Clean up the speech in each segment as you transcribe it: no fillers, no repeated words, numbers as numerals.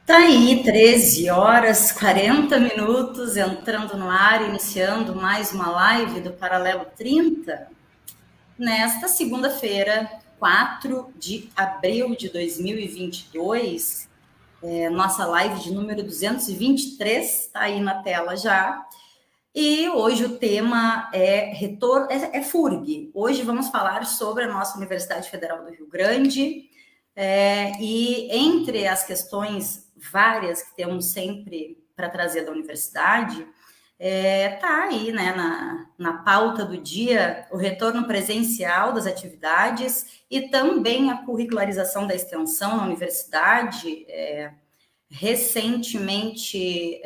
Tá aí, 13 horas 40 minutos, entrando no ar, iniciando mais uma live do Paralelo 30, nesta segunda-feira, 4 de abril de 2022, nossa live de número 223, tá aí na tela já. E hoje o tema é retorno, é FURG. Hoje vamos falar sobre a nossa Universidade Federal do Rio Grande, e entre as questões várias que temos sempre para trazer da universidade, tá aí, né, na pauta do dia, o retorno presencial das atividades e também a curricularização da extensão na universidade, recentemente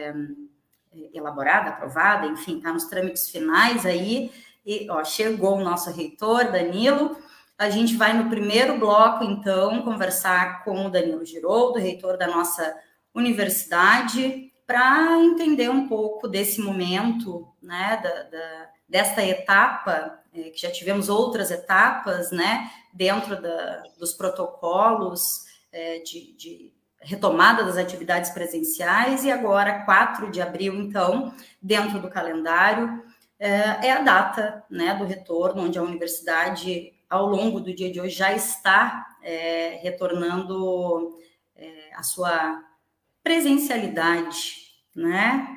elaborada, aprovada, enfim, está nos trâmites finais aí, e ó, chegou o nosso reitor, Danilo. A gente vai no primeiro bloco, então, conversar com o Danilo Giroldo, reitor da nossa universidade, para entender um pouco desse momento, né, desta etapa, que já tivemos outras etapas, né, dentro dos protocolos de retomada das atividades presenciais, e agora, 4 de abril, então, dentro do calendário, é a data, né, do retorno, onde a universidade, ao longo do dia de hoje, já está retornando a sua presencialidade, né?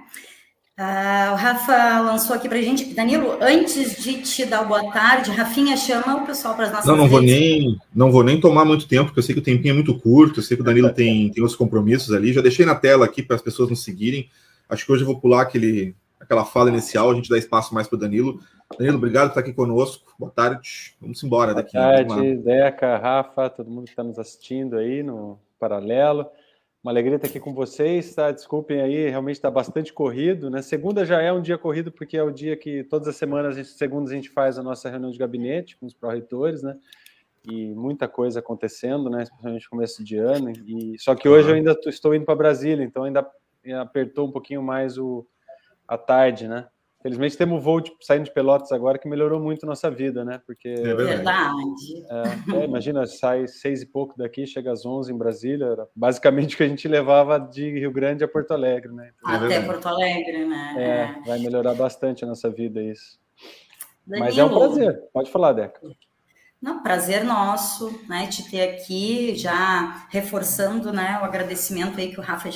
O Rafa lançou aqui para a gente. Danilo, antes de te dar boa tarde, Rafinha, chama o pessoal para as Não, nossas redes. não vou nem tomar muito tempo, porque eu sei que o tempinho é muito curto, eu sei que o Danilo tem outros compromissos ali. Já deixei na tela aqui para as pessoas nos seguirem. Acho que hoje eu vou pular aquela fala inicial, a gente dá espaço mais para o Danilo. Danilo, obrigado por estar aqui conosco. Boa tarde. Vamos embora Boa daqui. Vamos lá. tarde, Deca, Rafa, todo mundo que está nos assistindo aí no Paralelo. Uma alegria estar aqui com vocês, tá? Desculpem aí, realmente está bastante corrido, né? Segunda já é um dia corrido, porque é o dia que todas as semanas, segundas, a gente faz a nossa reunião de gabinete com os pró-reitores, né? E muita coisa acontecendo, né? Especialmente no começo de ano. Só que hoje eu ainda estou indo para Brasília, então ainda apertou um pouquinho mais a tarde, né? Felizmente temos voo saindo de Pelotas agora, que melhorou muito a nossa vida, né? Porque É verdade. imagina, sai 6 e pouco daqui, chega às 11 em Brasília, era basicamente o que a gente levava de Rio Grande a Porto Alegre, né? Então, Até Porto Alegre, né? vai melhorar bastante a nossa vida isso. Danilo, mas é um prazer, pode falar, Deca. Não, prazer nosso, né, te ter aqui, já reforçando, né, o agradecimento aí que o Rafa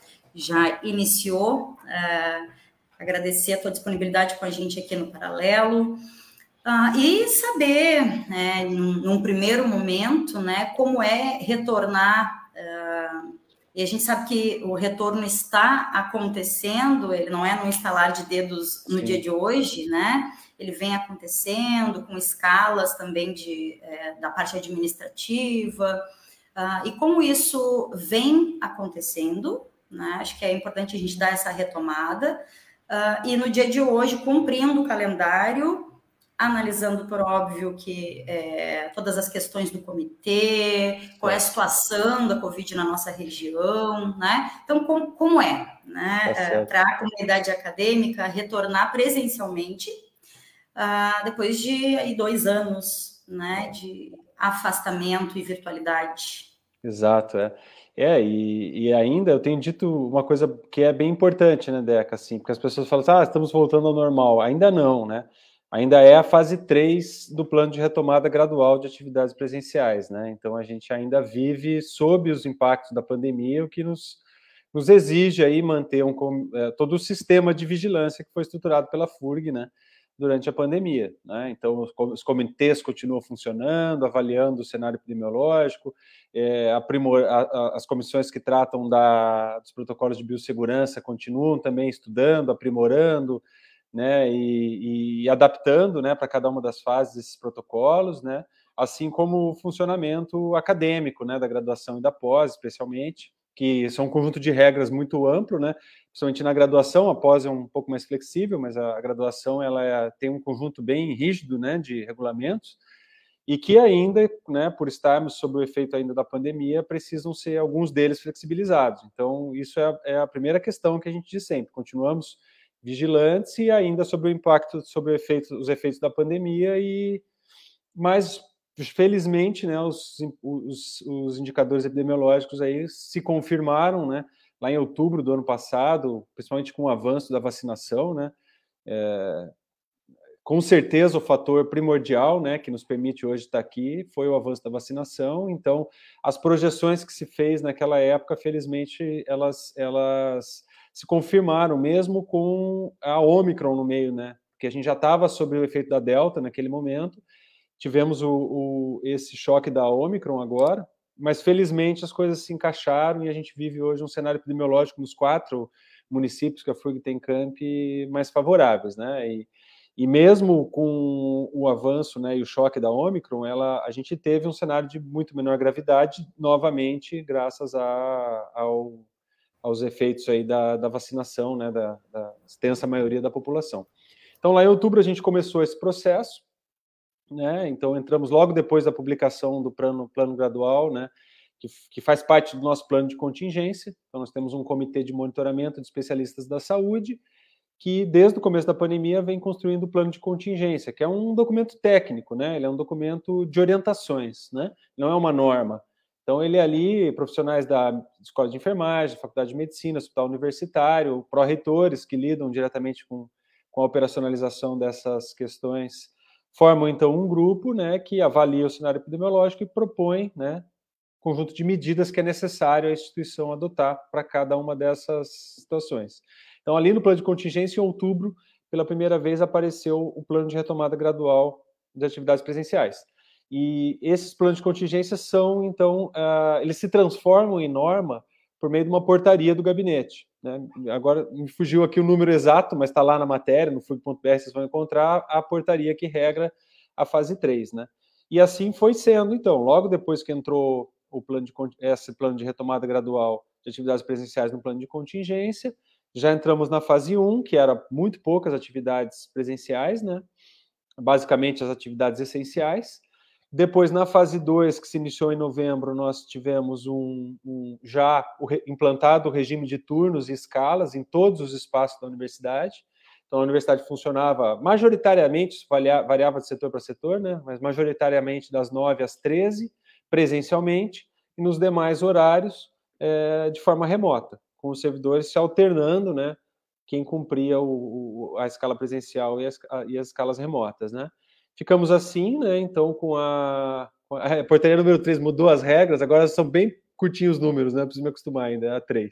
já iniciou, agradecer a tua disponibilidade com a gente aqui no Paralelo, e saber, né, num primeiro momento, né, como é retornar, e a gente sabe que o retorno está acontecendo, ele não é num estalar de dedos no dia de hoje, né? Ele vem acontecendo com escalas também da parte administrativa, e como isso vem acontecendo, né? Acho que é importante a gente dar essa retomada, e no dia de hoje, cumprindo o calendário, analisando, por óbvio, que todas as questões do comitê, qual é a situação da Covid na nossa região, né? Então, como é, né, para a comunidade acadêmica retornar presencialmente depois de 2 anos, né, de afastamento e virtualidade. Exato, e ainda eu tenho dito uma coisa que é bem importante, né, Deca, assim, porque as pessoas falam assim, estamos voltando ao normal. Ainda não, né? Ainda é a fase 3 do plano de retomada gradual de atividades presenciais, né? Então a gente ainda vive sob os impactos da pandemia, o que nos exige aí manter todo o sistema de vigilância que foi estruturado pela FURG, né, durante a pandemia, né? Então os comitês continuam funcionando, avaliando o cenário epidemiológico, as comissões que tratam dos protocolos de biossegurança continuam também estudando, aprimorando, né, e adaptando, né, para cada uma das fases desses protocolos, né, assim como o funcionamento acadêmico, né, da graduação e da pós, especialmente, que são um conjunto de regras muito amplo, né, principalmente na graduação. A pós é um pouco mais flexível, mas a graduação tem um conjunto bem rígido, né, de regulamentos, e que ainda, né, por estarmos sob o efeito ainda da pandemia, precisam ser alguns deles flexibilizados. Então, isso é a primeira questão que a gente diz sempre, continuamos vigilantes e ainda sobre o impacto, sobre os efeitos da pandemia, mas felizmente, né, os indicadores epidemiológicos aí se confirmaram, né, lá em outubro do ano passado, principalmente com o avanço da vacinação, né, com certeza o fator primordial, né, que nos permite hoje estar aqui foi o avanço da vacinação. Então, as projeções que se fez naquela época, felizmente, elas se confirmaram, mesmo com a Ômicron no meio, né, porque a gente já estava sob o efeito da Delta naquele momento, tivemos esse choque da Ômicron agora, mas felizmente as coisas se encaixaram e a gente vive hoje um cenário epidemiológico nos 4 municípios que a FURG tem campi mais favoráveis, né, e mesmo com o avanço, né, e o choque da Ômicron, a gente teve um cenário de muito menor gravidade, novamente, graças aos efeitos aí da vacinação, né, da extensa maioria da população. Então, lá em outubro, a gente começou esse processo, né, então entramos logo depois da publicação do plano gradual, né, que faz parte do nosso plano de contingência. Então, nós temos um comitê de monitoramento de especialistas da saúde, que desde o começo da pandemia vem construindo o plano de contingência, que é um documento técnico, né? Ele é um documento de orientações, né? Não é uma norma. Então, ele ali, profissionais da Escola de Enfermagem, Faculdade de Medicina, Hospital Universitário, pró-reitores que lidam diretamente com a operacionalização dessas questões, formam, então, um grupo, né, que avalia o cenário epidemiológico e propõe, né, conjunto de medidas que é necessário a instituição adotar para cada uma dessas situações. Então, ali no plano de contingência, em outubro, pela primeira vez apareceu o plano de retomada gradual de atividades presenciais. E esses planos de contingência são, então, eles se transformam em norma por meio de uma portaria do gabinete, né? Agora, me fugiu aqui o número exato, mas está lá na matéria, no FURG.br, vocês vão encontrar a portaria que regra a fase 3, né? E assim foi sendo, então, logo depois que entrou esse plano de retomada gradual de atividades presenciais no plano de contingência, já entramos na fase 1, que era muito poucas atividades presenciais, né? Basicamente as atividades essenciais. Depois, na fase 2, que se iniciou em novembro, nós tivemos já implantado o regime de turnos e escalas em todos os espaços da universidade. Então, a universidade funcionava majoritariamente, isso variava de setor para setor, né? Mas majoritariamente das 9 às 13, presencialmente, e nos demais horários, de forma remota, com os servidores se alternando, né, quem cumpria a escala presencial e as escalas remotas, né. Ficamos assim, né, então, com a portaria número 3 mudou as regras, agora são bem curtinhos os números, né, preciso me acostumar ainda, a 3.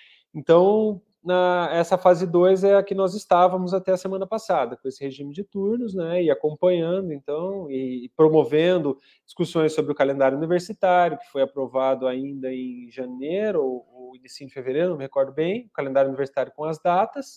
Então, essa fase 2 é a que nós estávamos até a semana passada, com esse regime de turnos, né, e acompanhando, então, e promovendo discussões sobre o calendário universitário, que foi aprovado ainda em janeiro, ou início de fevereiro, não me recordo bem, o calendário universitário com as datas,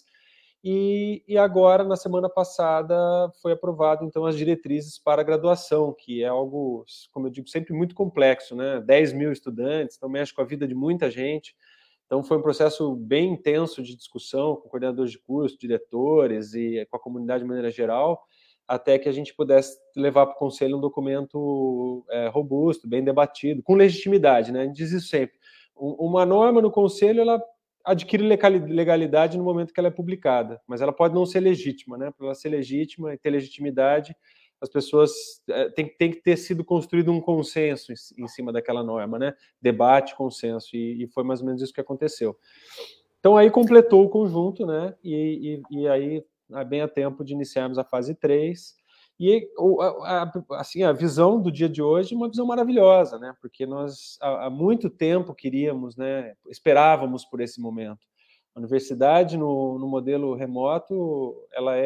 e agora, na semana passada, foi aprovado, então, as diretrizes para a graduação, que é algo, como eu digo, sempre muito complexo, né, 10 mil estudantes, então mexe com a vida de muita gente. Então, foi um processo bem intenso de discussão com coordenadores de curso, diretores e com a comunidade de maneira geral, até que a gente pudesse levar para o conselho um documento robusto, bem debatido, com legitimidade, né? A gente diz isso sempre. Uma norma no conselho, ela adquire legalidade no momento que ela é publicada, mas ela pode não ser legítima, né? Para ela ser legítima e ter legitimidade, as pessoas tem que ter sido construído um consenso em cima daquela norma, né? Debate, consenso, e foi mais ou menos isso que aconteceu. Então, aí completou o conjunto, né? E aí, bem a tempo de iniciarmos a fase 3. E, assim, a visão do dia de hoje é uma visão maravilhosa, né? Porque nós, há muito tempo, queríamos, né? Esperávamos por esse momento. A universidade, no modelo remoto, ela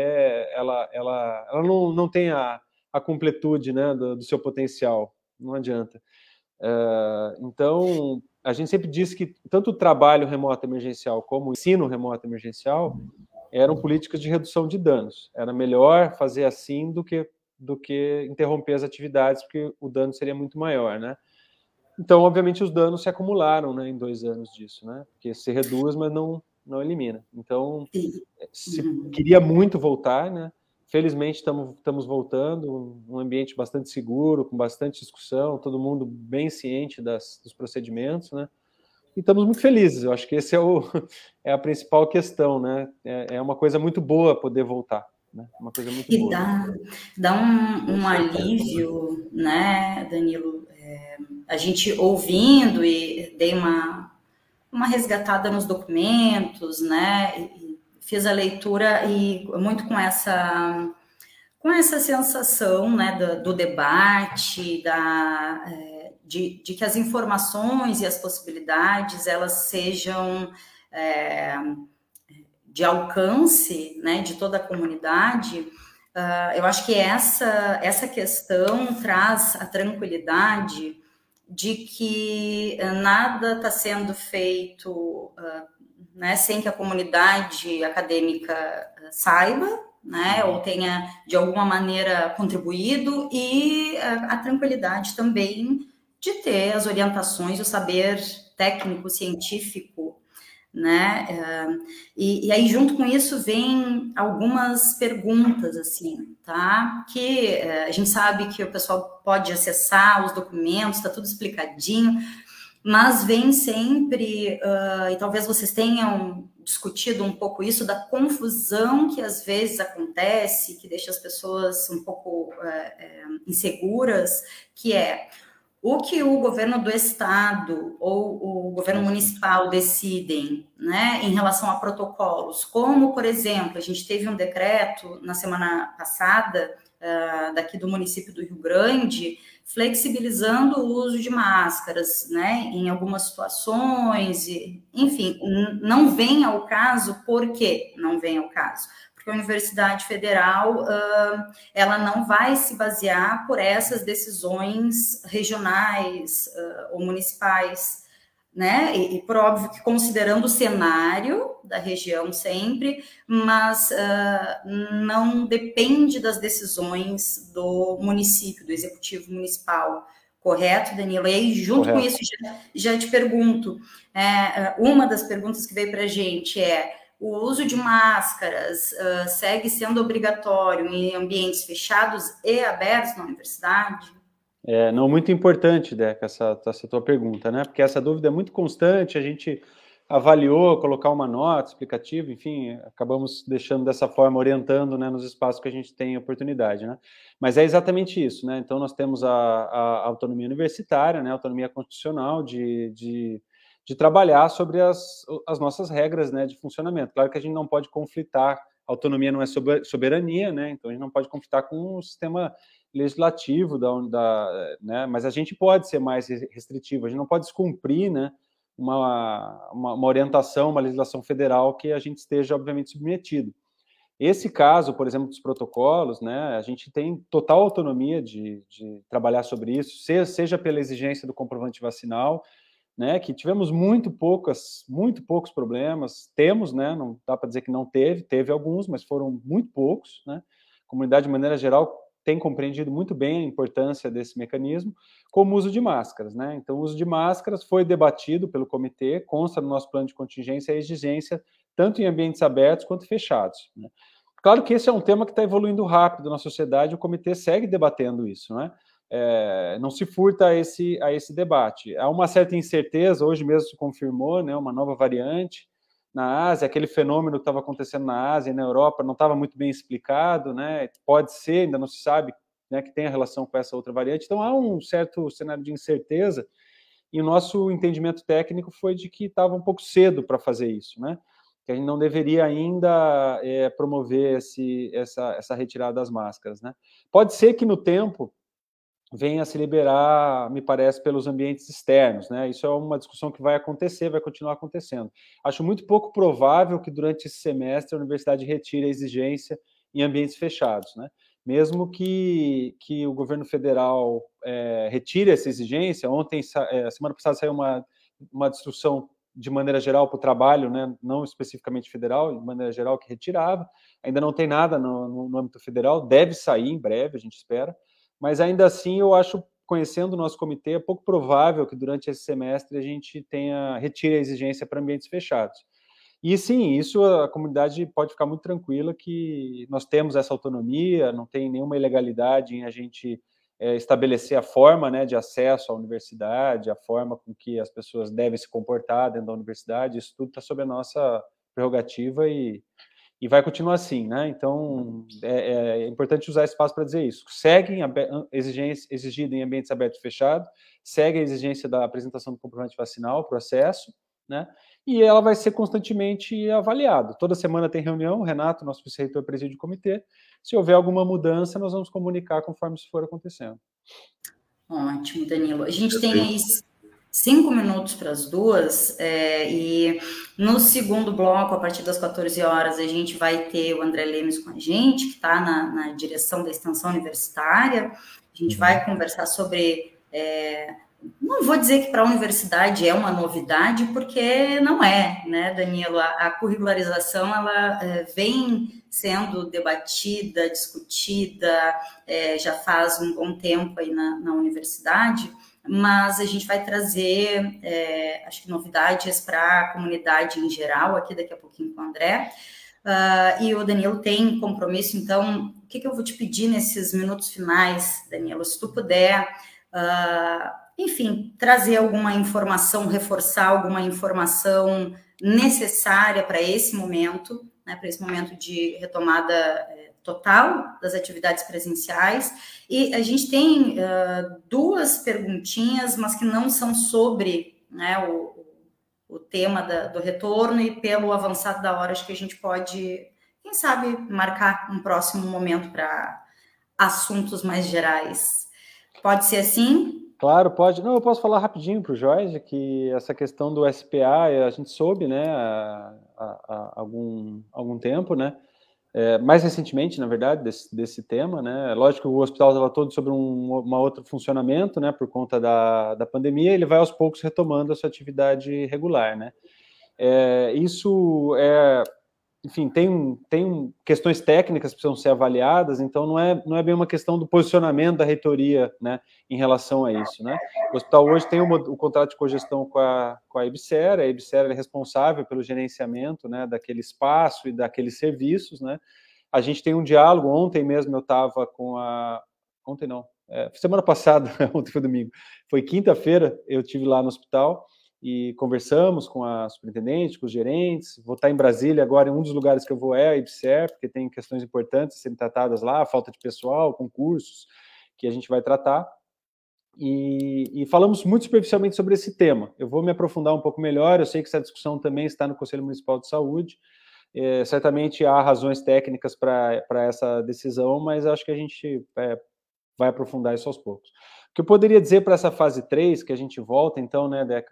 não tem a completude, né, do seu potencial, não adianta. Então, a gente sempre disse que tanto o trabalho remoto emergencial como o ensino remoto emergencial eram políticas de redução de danos. Era melhor fazer assim do que interromper as atividades, porque o dano seria muito maior, né? Então, obviamente, os danos se acumularam, né, em 2 anos disso, né? Porque se reduz, mas não elimina. Então, se queria muito voltar, né? Felizmente, estamos voltando, um ambiente bastante seguro, com bastante discussão, todo mundo bem ciente dos procedimentos, né? E estamos muito felizes. Eu acho que esse é a principal questão, né? É uma coisa muito boa poder voltar. né? Uma coisa muito E boa. dá um alívio, né, Danilo? A gente ouvindo e dei uma resgatada nos documentos, né? E fiz a leitura e muito com essa sensação, né, do debate, de que as informações e as possibilidades elas sejam de alcance, né, de toda a comunidade. Eu acho que essa questão traz a tranquilidade de que nada está sendo feito, né, sem que a comunidade acadêmica saiba, né, ou tenha de alguma maneira contribuído, e a tranquilidade também de ter as orientações, o saber técnico, científico, né, e aí junto com isso vem algumas perguntas, assim, tá, que a gente sabe que o pessoal pode acessar os documentos, está tudo explicadinho, mas vem sempre, e talvez vocês tenham discutido um pouco isso, da confusão que às vezes acontece, que deixa as pessoas um pouco inseguras, que é o que o governo do estado ou o governo municipal decidem, né, em relação a protocolos, como, por exemplo, a gente teve um decreto na semana passada, daqui do município do Rio Grande, flexibilizando o uso de máscaras, né, em algumas situações, enfim, não vem ao caso. Por que não vem ao caso? Porque a Universidade Federal, ela não vai se basear por essas decisões regionais ou municipais, né? E por óbvio que considerando o cenário da região sempre, mas não depende das decisões do município, do executivo municipal. Correto, Danilo? E aí, junto com isso, já te pergunto, uma das perguntas que veio para a gente o uso de máscaras segue sendo obrigatório em ambientes fechados e abertos na universidade? Não, muito importante, Deca, essa tua pergunta, né? Porque essa dúvida é muito constante, a gente avaliou, colocar uma nota explicativa, enfim, acabamos deixando dessa forma, orientando, né, nos espaços que a gente tem oportunidade, né? Mas é exatamente isso, né? Então, nós temos a autonomia universitária, né, a autonomia constitucional de trabalhar sobre as nossas regras, né, de funcionamento. Claro que a gente não pode conflitar, autonomia não é soberania, né? Então, a gente não pode conflitar com o sistema legislativo, né? Mas a gente pode ser mais restritivo, a gente não pode descumprir, né, uma orientação, uma legislação federal que a gente esteja, obviamente, submetido. Esse caso, por exemplo, dos protocolos, né, a gente tem total autonomia de trabalhar sobre isso, seja pela exigência do comprovante vacinal, né, que tivemos muito poucos problemas, temos, né, não dá para dizer que não teve alguns, mas foram muito poucos, né, a comunidade, de maneira geral, tem compreendido muito bem a importância desse mecanismo, como o uso de máscaras, né? Então, o uso de máscaras foi debatido pelo comitê, consta no nosso plano de contingência a exigência tanto em ambientes abertos quanto fechados, né? Claro que esse é um tema que está evoluindo rápido na sociedade, o comitê segue debatendo isso, né? Não se furta a esse debate. Há uma certa incerteza, hoje mesmo se confirmou, né, uma nova variante na Ásia, aquele fenômeno que estava acontecendo na Ásia e na Europa não estava muito bem explicado, né? Pode ser, ainda não se sabe, né, que tem a relação com essa outra variante. Então há um certo cenário de incerteza e o nosso entendimento técnico foi de que estava um pouco cedo para fazer isso, né? Que a gente não deveria ainda promover essa retirada das máscaras, né? Pode ser que no tempo venha a se liberar, me parece, pelos ambientes externos, né? Isso é uma discussão que vai acontecer, vai continuar acontecendo. Acho muito pouco provável que durante esse semestre a universidade retire a exigência em ambientes fechados, né? Mesmo que o governo federal retire essa exigência. Ontem, semana passada, saiu uma instrução de maneira geral para o trabalho, né? Não especificamente federal, de maneira geral, que retirava. Ainda não tem nada no âmbito federal, deve sair em breve, a gente espera. Mas ainda assim, eu acho, conhecendo o nosso comitê, é pouco provável que durante esse semestre a gente retire a exigência para ambientes fechados. E sim, isso a comunidade pode ficar muito tranquila que nós temos essa autonomia, não tem nenhuma ilegalidade em a gente estabelecer a forma, né, de acesso à universidade, a forma com que as pessoas devem se comportar dentro da universidade, isso tudo está sob a nossa prerrogativa e E vai continuar assim, né? Então, é importante usar esse espaço para dizer isso. Seguem a exigência exigida em ambientes abertos e fechados, segue a exigência da apresentação do comprovante vacinal para o acesso, né? E ela vai ser constantemente avaliada. Toda semana tem reunião, o Renato, nosso vice-reitor, preside o comitê. Se houver alguma mudança, nós vamos comunicar conforme isso for acontecendo. Ótimo, Danilo. A gente tem aí 5 minutos para as duas, e no segundo bloco, a partir das 14 horas, a gente vai ter o André Lemes com a gente, que está na direção da extensão universitária. A gente vai conversar sobre... não vou dizer que para a universidade é uma novidade, porque não é, né, Danilo? A curricularização, ela vem sendo debatida, discutida, já faz um bom tempo aí na universidade, mas a gente vai trazer, acho que novidades para a comunidade em geral, aqui daqui a pouquinho com o André. E o Danilo tem compromisso, então, o que eu vou te pedir nesses minutos finais, Danilo? Se tu puder... enfim, trazer alguma informação, reforçar alguma informação necessária para esse momento, né, para esse momento de retomada total das atividades presenciais. E a gente tem 2 perguntinhas, mas que não são sobre, né, o tema do retorno, e pelo avançado da hora, acho que a gente pode, quem sabe, marcar um próximo momento para assuntos mais gerais. Pode ser assim? Claro, pode. Não, eu posso falar rapidinho para o Jorge que essa questão do SPA a gente soube, né, há algum tempo, né, mais recentemente, na verdade, desse tema, né. Lógico que o hospital estava todo sobre um outro funcionamento, né, por conta da pandemia. Ele vai aos poucos retomando a sua atividade regular, né. Isso enfim, tem questões técnicas que precisam ser avaliadas, então não é bem uma questão do posicionamento da reitoria, né, em relação a isso, né. O hospital hoje tem o contrato de cogestão com a EBSER. A EBSER é responsável pelo gerenciamento, né, daquele espaço e daqueles serviços, né. A gente tem um diálogo. Ontem mesmo eu estava com ontem não, semana passada, ontem foi domingo, foi quinta-feira, eu estive lá no hospital, e conversamos com a superintendente, com os gerentes. Vou estar em Brasília agora, em um dos lugares que eu vou a EBSER, porque tem questões importantes sendo tratadas lá, falta de pessoal, concursos, que a gente vai tratar, e falamos muito superficialmente sobre esse tema. Eu vou me aprofundar um pouco melhor. Eu sei que essa discussão também está no Conselho Municipal de Saúde, certamente há razões técnicas para essa decisão, mas acho que a gente vai aprofundar isso aos poucos. O que eu poderia dizer para essa fase 3, que a gente volta então, né, Deca,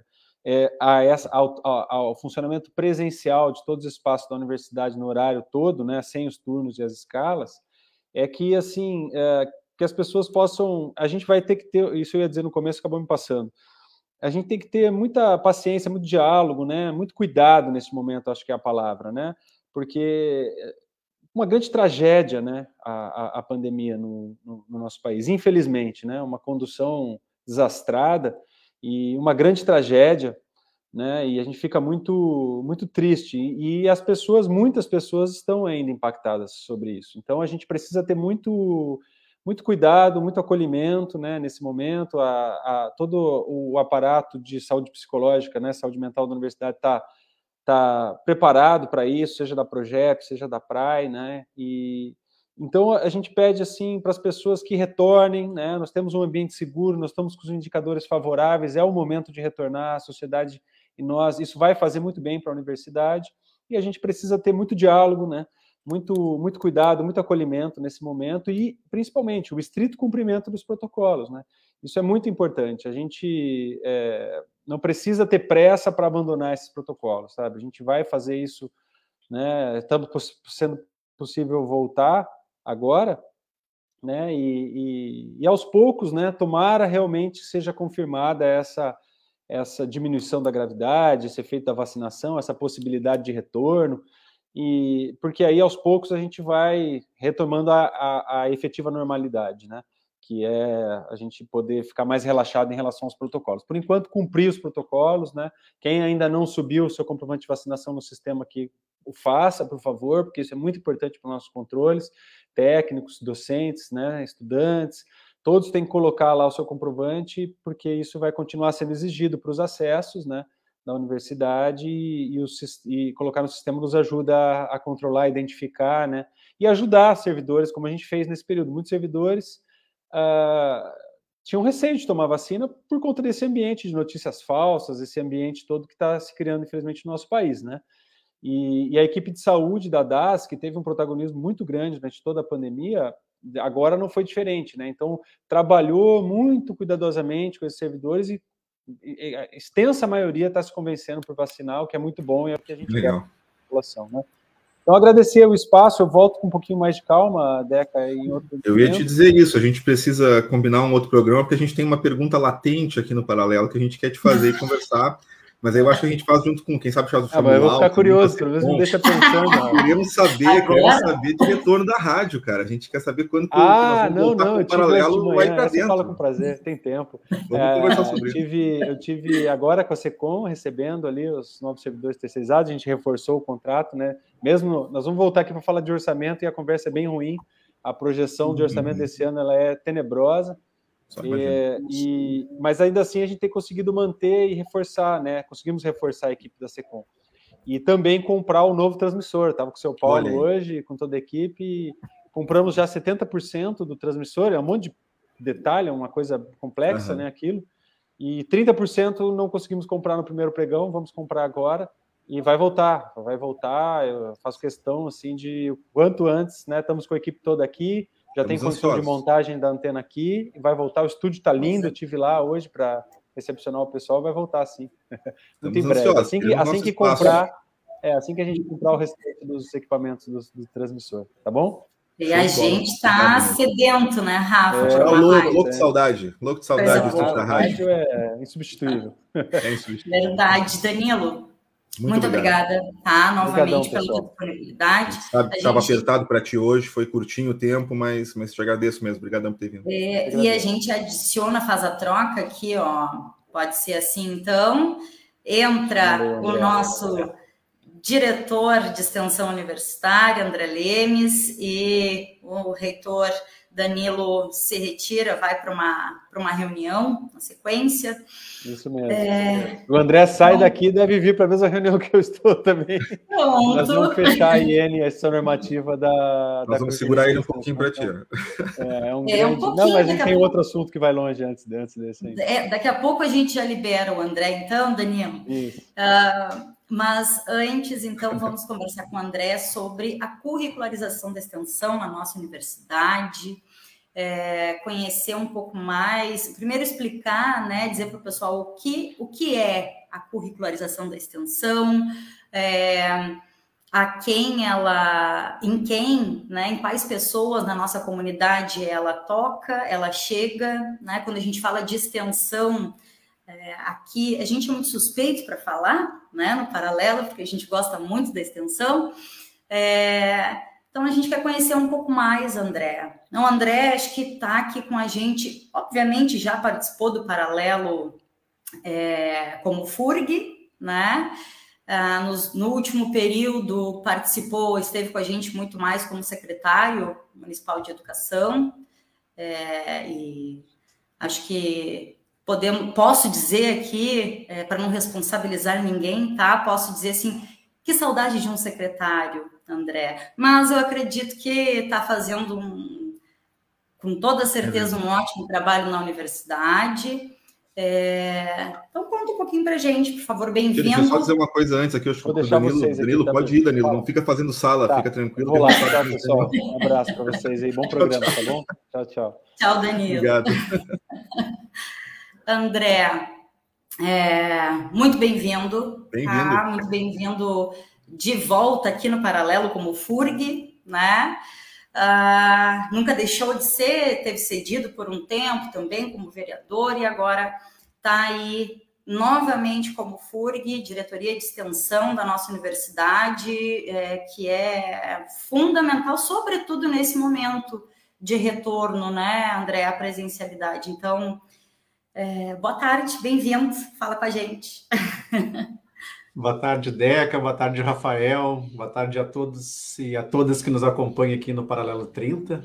ao funcionamento presencial de todos os espaços da universidade no horário todo, né, sem os turnos e as escalas, é que, assim, que as pessoas possam... A gente vai ter que ter, isso eu ia dizer no começo, acabou me passando, a gente tem que ter muita paciência, muito diálogo, né, muito cuidado nesse momento, acho que é a palavra, né, porque uma grande tragédia, né, a pandemia no nosso país, infelizmente, né, uma condução desastrada e uma grande tragédia, né, e a gente fica muito, muito triste, e muitas pessoas estão ainda impactadas sobre isso. Então a gente precisa ter muito, muito cuidado, muito acolhimento, né, nesse momento. Todo o aparato de saúde psicológica, né, saúde mental da universidade está preparado para isso, seja da Progep, seja da PRAE, né, e então a gente pede, assim, para as pessoas que retornem, né, nós temos um ambiente seguro, nós estamos com os indicadores favoráveis, é o momento de retornar, a sociedade e nós, isso vai fazer muito bem para a universidade, e a gente precisa ter muito diálogo, né, muito, muito cuidado, muito acolhimento nesse momento, e principalmente o estrito cumprimento dos protocolos, né, isso é muito importante. A gente não precisa ter pressa para abandonar esses protocolos, sabe? A gente vai fazer isso, né? Estamos sendo possível voltar agora, né? E aos poucos, né? Tomara realmente seja confirmada essa diminuição da gravidade, esse efeito da vacinação, essa possibilidade de retorno, e porque aí aos poucos a gente vai retomando a efetiva normalidade, né? Que é a gente poder ficar mais relaxado em relação aos protocolos. Por enquanto, cumprir os protocolos, né? Quem ainda não subiu o seu comprovante de vacinação no sistema aqui, o faça, por favor, porque isso é muito importante para os nossos controles, técnicos, docentes, né, estudantes, todos têm que colocar lá o seu comprovante, porque isso vai continuar sendo exigido para os acessos, né, da universidade e colocar no sistema nos ajuda a controlar, identificar, né? E ajudar servidores, como a gente fez nesse período. Muitos servidores tinham receio de tomar vacina por conta desse ambiente de notícias falsas, esse ambiente todo que está se criando, infelizmente, no nosso país, né? E a equipe de saúde da DAS, que teve um protagonismo muito grande durante toda a pandemia, agora não foi diferente, né? Então, trabalhou muito cuidadosamente com esses servidores e a extensa maioria está se convencendo por vacinar, o que é muito bom e é o que a gente quer na população, né? Então, agradecer o espaço, eu volto com um pouquinho mais de calma, Deca, em outro momento. Eu ia te dizer isso, a gente precisa combinar um outro programa, porque a gente tem uma pergunta latente aqui no Paralelo que a gente quer te fazer e conversar, mas aí eu acho que a gente faz junto com, quem sabe, faz o mas eu vou ficar curioso, pelo menos me deixa pensando. Queremos saber de retorno da rádio, cara, a gente quer saber quando que nós vamos voltar com o Paralelo vai para dentro. Fala com prazer, tem tempo. Vamos conversar sobre isso. Eu tive agora com a Secom, recebendo ali os novos servidores terceirizados, a gente reforçou o contrato, né? Mesmo, nós vamos voltar aqui para falar de orçamento e a conversa é bem ruim, a projeção de orçamento desse ano ela é tenebrosa, mas ainda assim a gente tem conseguido manter e reforçar, né? Conseguimos reforçar a equipe da Secom. E também comprar o novo transmissor. Estava com o seu Paulo hoje, com toda a equipe, compramos já 70% do transmissor, é um monte de detalhe, é uma coisa complexa, né, aquilo, e 30% não conseguimos comprar no primeiro pregão, vamos comprar agora, e vai voltar, eu faço questão, assim, de o quanto antes, né, estamos com a equipe toda aqui, já tem condição de montagem da antena aqui, e vai voltar, o estúdio está lindo, eu estive lá hoje para recepcionar o pessoal, vai voltar sim, muito em breve, assim que a gente comprar o restante dos equipamentos do transmissor, tá bom? E a gente está sedento, né, Rafa? Louco de saudade do estúdio da rádio. É insubstituível. Verdade, Danilo. Muito obrigada, tá? Novamente pela disponibilidade. Sabe que estava apertado para ti hoje, foi curtinho o tempo, mas te agradeço mesmo. Obrigadão por ter vindo. E a gente adiciona, faz a troca aqui, ó. Pode ser assim, então. Entra o nosso diretor de extensão universitária, André Lemes, e o reitor Danilo se retira, vai para uma reunião na sequência. Isso mesmo. O André sai daqui e deve vir para a mesma reunião que eu estou também. Pronto. Nós vamos fechar a IN, a gestão normativa Nós vamos segurar ele um pouquinho para ti. Não, mas a gente tem outro assunto que vai longe antes desse aí. Daqui a pouco a gente já libera o André, então, Danilo. Isso. Mas antes, então, vamos conversar com o André sobre a curricularização da extensão na nossa universidade, conhecer um pouco mais, primeiro explicar, né, dizer para o pessoal o que é a curricularização da extensão, em quais pessoas na nossa comunidade ela toca, ela chega, né, quando a gente fala de extensão, aqui a gente é muito suspeito para falar, né, no Paralelo, porque a gente gosta muito da extensão, então a gente quer conhecer um pouco mais André. O André acho que está aqui com a gente, obviamente já participou do Paralelo como FURG, né, no último período esteve com a gente muito mais como secretário municipal de educação, e acho que posso dizer aqui, para não responsabilizar ninguém, tá? Posso dizer assim, que saudade de um secretário, André. Mas eu acredito que está fazendo, com toda certeza, um ótimo trabalho na universidade. Então, conta um pouquinho para a gente, por favor, bem-vindo. Deixa eu só dizer uma coisa antes aqui. Danilo, pode ir, Danilo. Não fica fazendo sala, fica tranquilo. Vou lá, tchau, pessoal. Um abraço para vocês aí. Bom programa, tá bom? Tchau, tchau. Tchau, Danilo. Obrigado. André, muito bem-vindo. Bem-vindo. Tá? Muito bem-vindo de volta aqui no Paralelo como FURG, né? Nunca deixou de ser, teve cedido por um tempo também como vereador e agora está aí novamente como FURG, diretoria de extensão da nossa universidade, que é fundamental, sobretudo nesse momento de retorno, né, André, à presencialidade. Então, boa tarde, bem-vindo, fala com a gente. Boa tarde, Deca, boa tarde, Rafael, boa tarde a todos e a todas que nos acompanham aqui no Paralelo 30.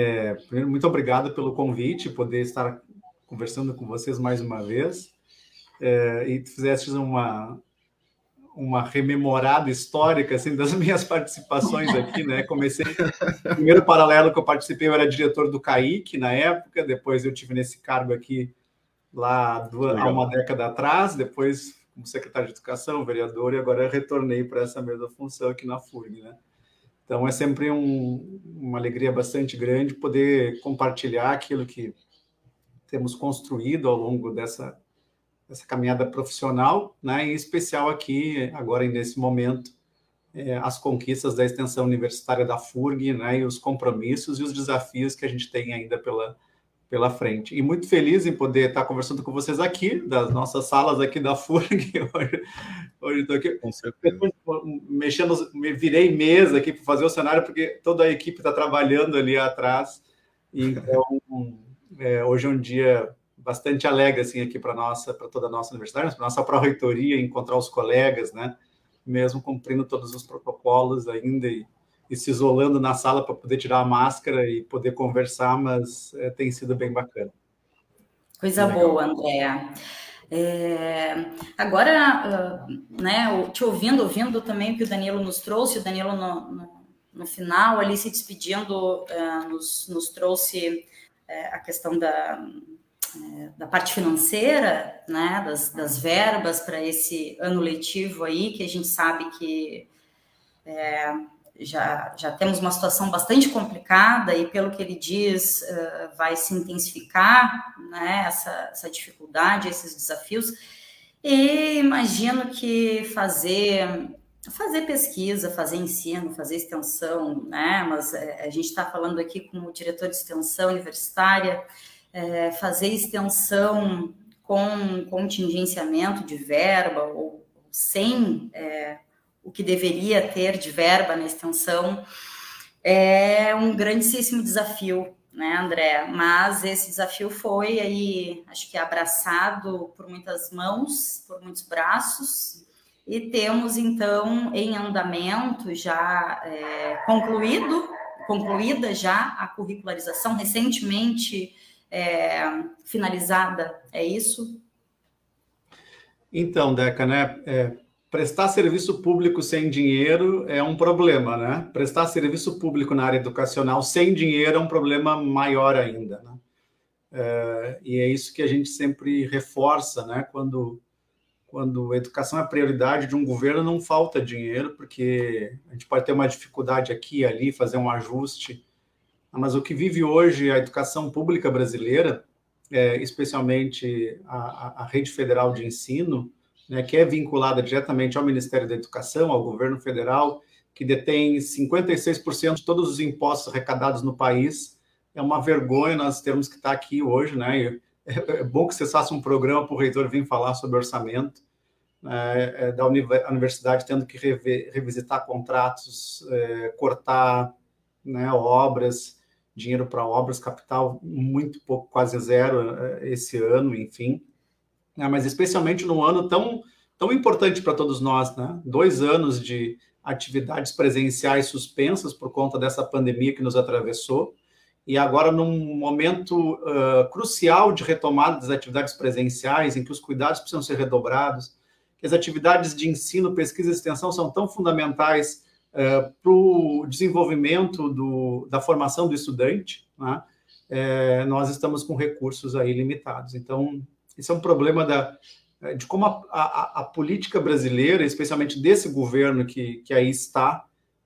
Primeiro, muito obrigado pelo convite, poder estar conversando com vocês mais uma vez. e tu fizeste uma rememorada histórica assim, das minhas participações aqui, né? Comecei, o primeiro paralelo que eu participei, eu era diretor do CAIC na época, depois eu tive nesse cargo aqui lá há uma década atrás, depois como secretário de Educação, vereador, e agora eu retornei para essa mesma função aqui na FURG, né? Então é sempre uma alegria bastante grande poder compartilhar aquilo que temos construído ao longo dessa caminhada profissional, né? Em especial aqui, agora nesse momento, as conquistas da extensão universitária da FURG, né? E os compromissos e os desafios que a gente tem ainda pela frente. E muito feliz em poder estar conversando com vocês aqui, das nossas salas aqui da FURG. Hoje estou aqui mexendo, me virei mesa aqui para fazer o cenário, porque toda a equipe está trabalhando ali atrás. Então, hoje é um dia bastante alegre assim, aqui para toda a nossa universidade, para a nossa pró-reitoria, encontrar os colegas, né? Mesmo cumprindo todos os protocolos ainda e se isolando na sala para poder tirar a máscara e poder conversar, mas tem sido bem bacana. Coisa boa, Andréa. Agora, né, te ouvindo também o que o Danilo nos trouxe, o Danilo no final ali se despedindo nos trouxe a questão da parte financeira, né, das verbas para esse ano letivo aí, que a gente sabe que já temos uma situação bastante complicada e, pelo que ele diz, vai se intensificar, né, essa dificuldade, esses desafios. E imagino que fazer pesquisa, fazer ensino, fazer extensão, né, mas a gente está falando aqui com o diretor de extensão universitária, fazer extensão com contingenciamento de verba ou sem o que deveria ter de verba na extensão, é um grandíssimo desafio, né, André? Mas esse desafio foi aí, acho que abraçado por muitas mãos, por muitos braços, e temos, então, em andamento já concluída já a curricularização, recentemente finalizada, é isso? Então, Deca, né, prestar serviço público sem dinheiro é um problema, né? Prestar serviço público na área educacional sem dinheiro é um problema maior ainda, né? E é isso que a gente sempre reforça, né? Quando a educação é prioridade de um governo, não falta dinheiro, porque a gente pode ter uma dificuldade aqui e ali, fazer um ajuste, mas o que vive hoje a educação pública brasileira, especialmente a rede federal de ensino, né, que é vinculada diretamente ao Ministério da Educação, ao governo federal, que detém 56% de todos os impostos arrecadados no país. É uma vergonha nós termos que estar aqui hoje, né? É bom que vocês façam um programa para o reitor vir falar sobre orçamento, da universidade tendo que revisitar contratos, cortar, né, obras, dinheiro para obras, capital muito pouco, quase zero esse ano, enfim. Mas especialmente num ano tão importante para todos nós, né? 2 anos de atividades presenciais suspensas por conta dessa pandemia que nos atravessou, e agora num momento crucial de retomada das atividades presenciais, em que os cuidados precisam ser redobrados, que as atividades de ensino, pesquisa e extensão são tão fundamentais para o desenvolvimento da formação do estudante, né? Nós estamos com recursos aí limitados. Então, esse é um problema de como a política brasileira, especialmente desse governo que aí está,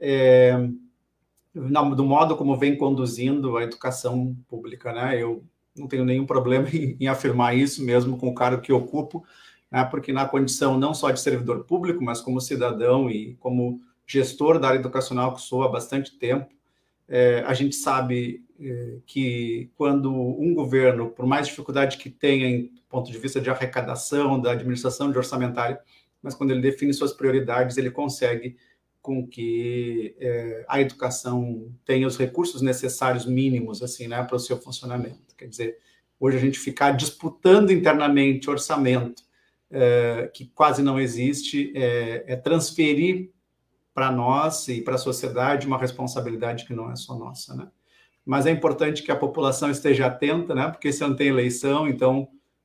do modo como vem conduzindo a educação pública, né? Eu não tenho nenhum problema em afirmar isso, mesmo com o cargo que ocupo, né? Porque na condição não só de servidor público, mas como cidadão e como gestor da área educacional que sou há bastante tempo, a gente sabe que quando um governo, por mais dificuldade que tenha em ponto de vista de arrecadação, da administração de orçamentário, mas quando ele define suas prioridades, ele consegue com que a educação tenha os recursos necessários mínimos assim, né, para o seu funcionamento. Quer dizer, hoje a gente ficar disputando internamente orçamento, que quase não existe, transferir para nós e para a sociedade uma responsabilidade que não é só nossa, né? Mas é importante que a população esteja atenta, né? Porque esse ano tem eleição, então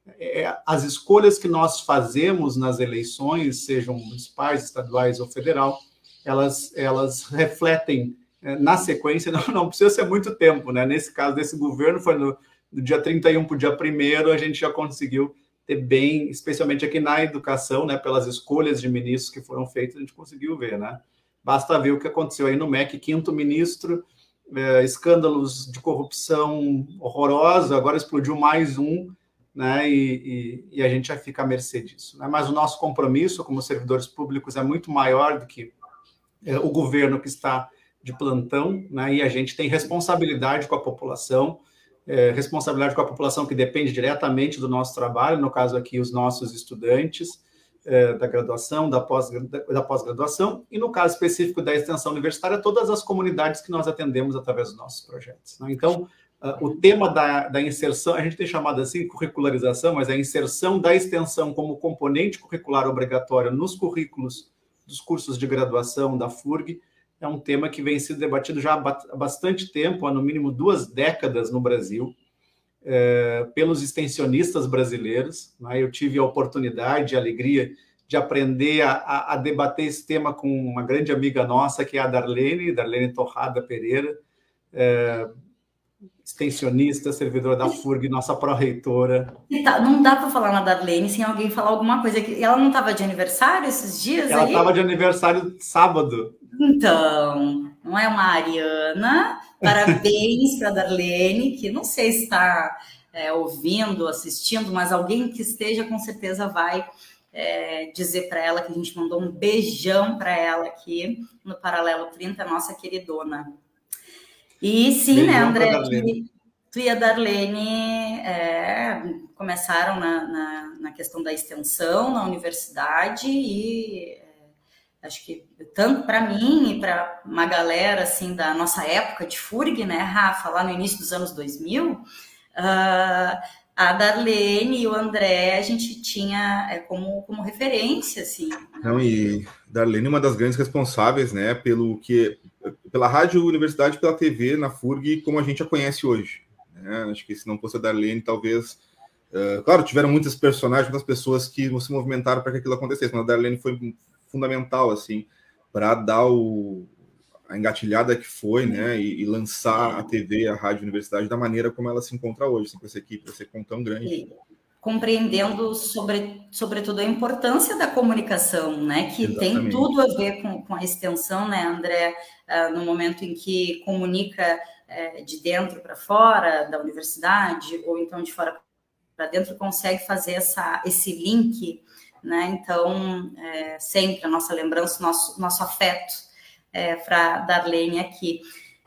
as escolhas que nós fazemos nas eleições, sejam municipais, estaduais ou federal, elas refletem na sequência, não precisa ser muito tempo, né? Nesse caso desse governo, foi do dia 31 para o dia 1º, a gente já conseguiu ter bem, especialmente aqui na educação, né? Pelas escolhas de ministros que foram feitas, a gente conseguiu ver, né? Basta ver o que aconteceu aí no MEC, 5º ministro, escândalos de corrupção horrorosa, agora explodiu mais um, né? E a gente já fica à mercê disso, né? Mas o nosso compromisso como servidores públicos é muito maior do que o governo que está de plantão, né? E a gente tem responsabilidade com a população, responsabilidade com a população que depende diretamente do nosso trabalho, no caso aqui os nossos estudantes da graduação, da pós-graduação, e no caso específico da extensão universitária, todas as comunidades que nós atendemos através dos nossos projetos, né? Então, o tema da inserção, a gente tem chamado assim curricularização, mas a inserção da extensão como componente curricular obrigatório nos currículos dos cursos de graduação da FURG é um tema que vem sendo debatido já há bastante tempo, há no mínimo 2 décadas no Brasil, pelos extensionistas brasileiros, né? Eu tive a oportunidade e a alegria de aprender a debater esse tema com uma grande amiga nossa, que é a Darlene Torrada Pereira, extensionista, servidora da FURG, nossa pró-reitora. Não dá para falar na Darlene sem alguém falar alguma coisa. Ela não estava de aniversário esses dias? Ela estava de aniversário sábado. Então, não é uma ariana. Parabéns para a Darlene, que não sei se está ouvindo, assistindo, mas alguém que esteja com certeza vai dizer para ela que a gente mandou um beijão para ela aqui no Paralelo 30, nossa queridona. E sim, né, André, tu e a Darlene começaram na questão da extensão na universidade e acho que tanto para mim e para uma galera assim da nossa época de FURG, né, Rafa, lá no início dos anos 2000, a Darlene e o André a gente tinha como referência, assim. Não, e Darlene é uma das grandes responsáveis, né, pela Rádio Universidade, pela TV na FURG, como a gente a conhece hoje, né? Acho que se não fosse a Darlene, talvez... claro, tiveram muitas personagens, muitas pessoas que se movimentaram para que aquilo acontecesse, mas a Darlene foi fundamental, assim, para dar a engatilhada que foi, né, e lançar a TV, a Rádio Universidade, da maneira como ela se encontra hoje, assim, com essa equipe, esse tão grande. Compreendendo, sobretudo, a importância da comunicação, né? Que Exatamente. Tem tudo a ver com a extensão, né, André? No momento em que comunica de dentro para fora da universidade, ou então de fora para dentro, consegue fazer esse link, né? Então, sempre a nossa lembrança, nosso afeto para Darlene aqui.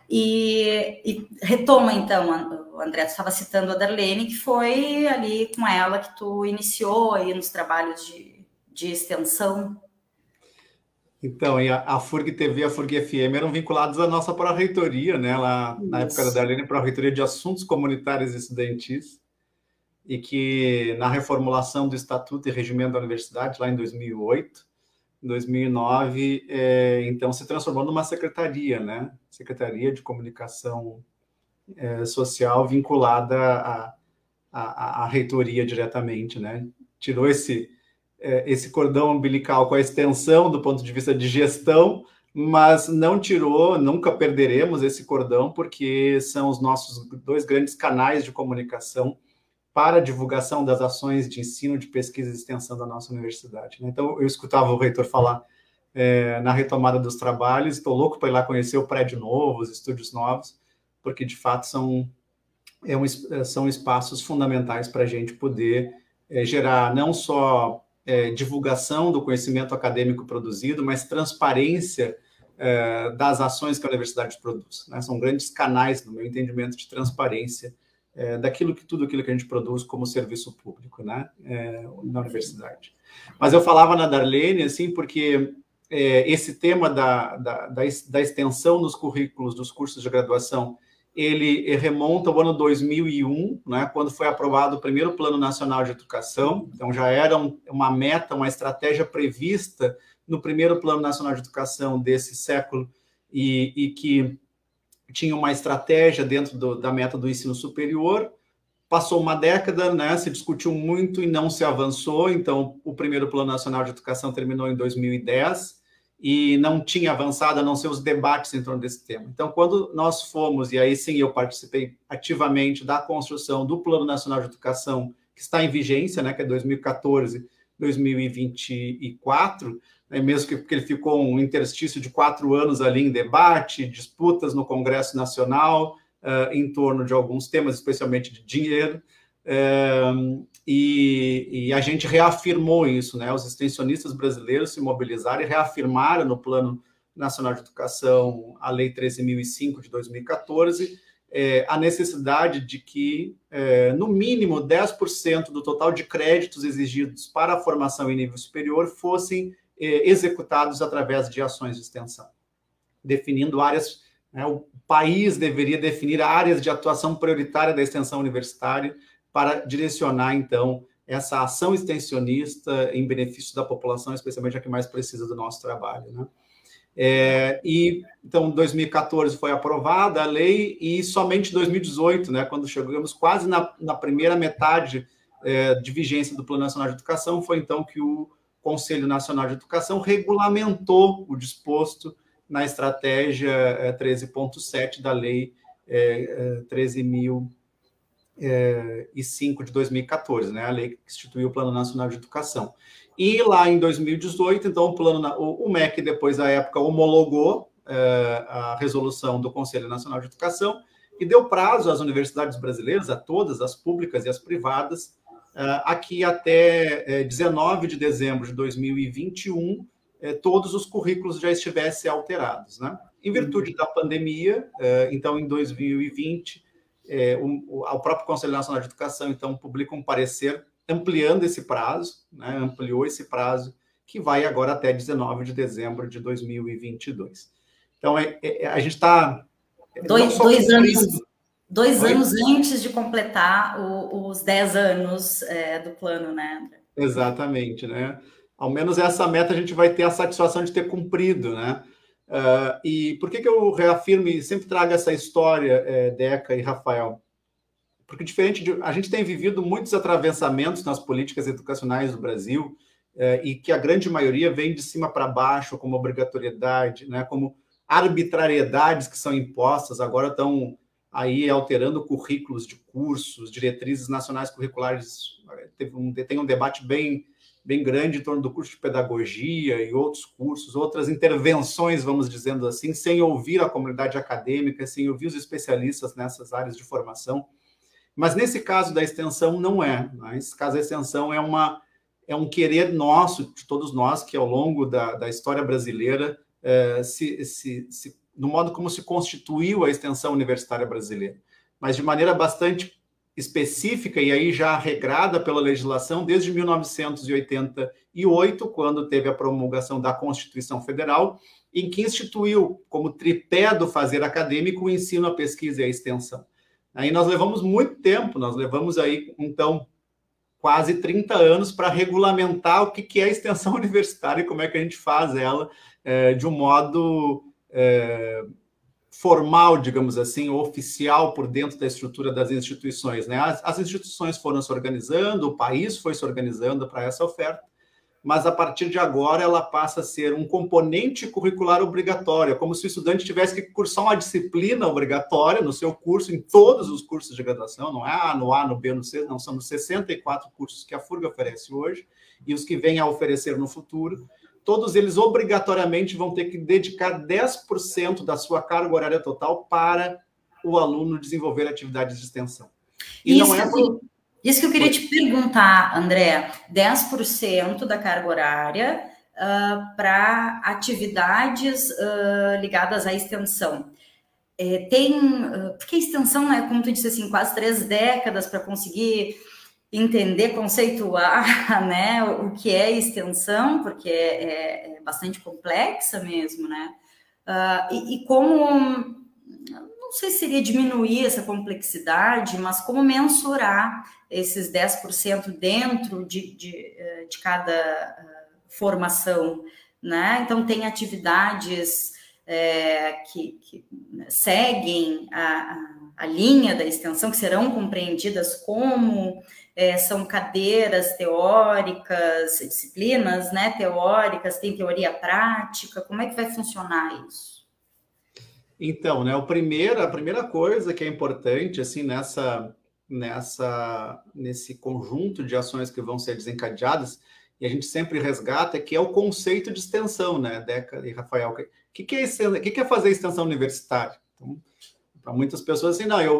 E retoma, então, o André estava citando a Darlene, que foi ali com ela que tu iniciou aí nos trabalhos de extensão. Então, e a FURG TV e a FURG FM eram vinculados à nossa pró-reitoria, né? Lá, na época da Darlene, pró-reitoria de Assuntos Comunitários e Estudantis, e que na reformulação do Estatuto e Regimento da Universidade, lá em 2008, 2009, então se transformou numa secretaria, né? Secretaria de Comunicação Social vinculada à reitoria diretamente, né? Tirou esse cordão umbilical com a extensão do ponto de vista de gestão, mas não tirou, nunca perderemos esse cordão, porque são os nossos 2 grandes canais de comunicação para a divulgação das ações de ensino, de pesquisa e extensão da nossa universidade, né? Então, eu escutava o reitor falar na retomada dos trabalhos, estou louco para ir lá conhecer o prédio novo, os estúdios novos, porque, de fato, são espaços fundamentais para a gente poder gerar não só divulgação do conhecimento acadêmico produzido, mas transparência das ações que a universidade produz, né? São grandes canais, no meu entendimento, de transparência tudo aquilo que a gente produz como serviço público, né, na universidade. Mas eu falava na Darlene, assim, porque esse tema da extensão nos currículos dos cursos de graduação, ele remonta ao ano 2001, né, quando foi aprovado o primeiro Plano Nacional de Educação. Então, já era uma meta, uma estratégia prevista no primeiro Plano Nacional de Educação desse século e que tinha uma estratégia dentro da meta do ensino superior, Passou uma década, né, se discutiu muito e não se avançou, então o primeiro Plano Nacional de Educação terminou em 2010 e não tinha avançado, a não ser os debates em torno desse tema. Então, quando nós fomos, e aí sim eu participei ativamente da construção do Plano Nacional de Educação, que está em vigência, né, que é 2014-2024, né, mesmo que porque ele ficou um interstício de 4 anos ali em debate, disputas no Congresso Nacional, em torno de alguns temas, especialmente de dinheiro, e a gente reafirmou isso, né? Os extensionistas brasileiros se mobilizaram e reafirmaram no Plano Nacional de Educação, a Lei 13.005 de 2014, a necessidade de que, no mínimo, 10% do total de créditos exigidos para a formação em nível superior fossem executados através de ações de extensão, definindo áreas. O país deveria definir áreas de atuação prioritária da extensão universitária para direcionar, então, essa ação extensionista em benefício da população, especialmente a que mais precisa do nosso trabalho, né? Então, em 2014 foi aprovada a lei e somente em 2018, né, quando chegamos quase na primeira metade de vigência do Plano Nacional de Educação, foi então que o Conselho Nacional de Educação regulamentou o disposto na estratégia 13.7 da Lei 13.005 de 2014, né, a lei que instituiu o Plano Nacional de Educação. E lá em 2018, então, o MEC, depois, à época, homologou a resolução do Conselho Nacional de Educação e deu prazo às universidades brasileiras, a todas, as públicas e as privadas, aqui até 19 de dezembro de 2021, todos os currículos já estivessem alterados, né? Em virtude da pandemia, então, em 2020, o próprio Conselho Nacional de Educação, então, publica um parecer ampliando esse prazo, né? Ampliou esse prazo, que vai agora até 19 de dezembro de 2022. Então, a gente está... Dois anos antes de completar os 10 anos do plano, né, André? Exatamente, né? Ao menos essa meta a gente vai ter a satisfação de ter cumprido, né? E por que eu reafirmo e sempre trago essa história, Deca e Rafael? Porque a gente tem vivido muitos atravessamentos nas políticas educacionais do Brasil, e que a grande maioria vem de cima para baixo, como obrigatoriedade, né? Como arbitrariedades que são impostas, agora estão aí alterando currículos de cursos, diretrizes nacionais curriculares. Tem um debate bem grande em torno do curso de pedagogia e outros cursos, outras intervenções, vamos dizendo assim, sem ouvir a comunidade acadêmica, sem ouvir os especialistas nessas áreas de formação. Mas nesse caso da extensão não é. Nesse caso da extensão é um querer nosso, de todos nós, que ao longo da história brasileira, no modo como se constituiu a extensão universitária brasileira, mas de maneira bastante específica e aí já regrada pela legislação desde 1988, quando teve a promulgação da Constituição Federal, em que instituiu como tripé do fazer acadêmico o ensino, a pesquisa e a extensão. Aí nós levamos muito tempo, nós levamos aí, então, quase 30 anos para regulamentar o que é a extensão universitária e como é que a gente faz ela de um modo formal, digamos assim, oficial por dentro da estrutura das instituições, né? As instituições foram se organizando, o país foi se organizando para essa oferta, mas a partir de agora ela passa a ser um componente curricular obrigatório, como se o estudante tivesse que cursar uma disciplina obrigatória no seu curso, em todos os cursos de graduação, não é no A, no B, no C, não, são os 64 cursos que a FURG oferece hoje e os que vem a oferecer no futuro. Todos eles obrigatoriamente vão ter que dedicar 10% da sua carga horária total para o aluno desenvolver atividades de extensão. Isso que eu queria te perguntar, André, 10% da carga horária para atividades ligadas à extensão. Porque a extensão, né, como tu disse assim, quase 3 décadas para conseguir entender, conceituar, né, o que é extensão, porque é bastante complexa mesmo, né? E como, não sei se seria diminuir essa complexidade, mas como mensurar esses 10% dentro de cada formação, né? Então, tem atividades que seguem a linha da extensão, que serão compreendidas como são cadeiras teóricas, disciplinas, né, teóricas, tem teoria prática, como é que vai funcionar isso? Então, né, a primeira coisa que é importante, assim, nesse conjunto de ações que vão ser desencadeadas, e a gente sempre resgata, que é o conceito de extensão, né, Deca e Rafael? O que é fazer extensão universitária? Então, para muitas pessoas, assim, não,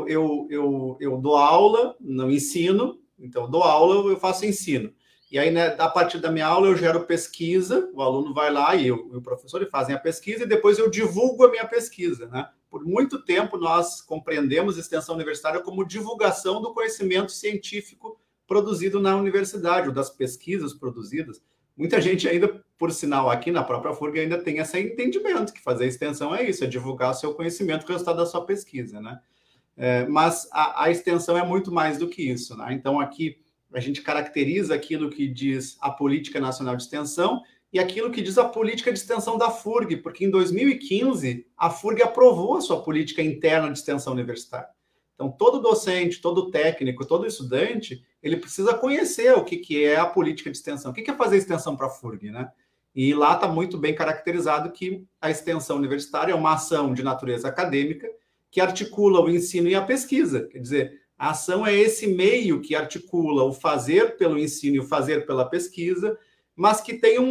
eu dou aula, não ensino, então eu dou aula, eu faço ensino. E aí, né, a partir da minha aula, eu gero pesquisa, o aluno vai lá e o professor fazem a pesquisa e depois eu divulgo a minha pesquisa, né? Por muito tempo, nós compreendemos extensão universitária como divulgação do conhecimento científico produzido na universidade, ou das pesquisas produzidas. Muita gente ainda, por sinal, aqui na própria FURG, ainda tem esse entendimento, que fazer extensão é isso, é divulgar o seu conhecimento, o resultado da sua pesquisa, né? Mas a extensão é muito mais do que isso, né? Então, aqui, a gente caracteriza aquilo que diz a Política Nacional de Extensão e aquilo que diz a Política de Extensão da FURG, porque em 2015, a FURG aprovou a sua política interna de extensão universitária. Então, todo docente, todo técnico, todo estudante, ele precisa conhecer o que é a política de extensão, o que é fazer extensão para a FURG, né? E lá está muito bem caracterizado que a extensão universitária é uma ação de natureza acadêmica que articula o ensino e a pesquisa. Quer dizer, a ação é esse meio que articula o fazer pelo ensino e o fazer pela pesquisa, mas que tem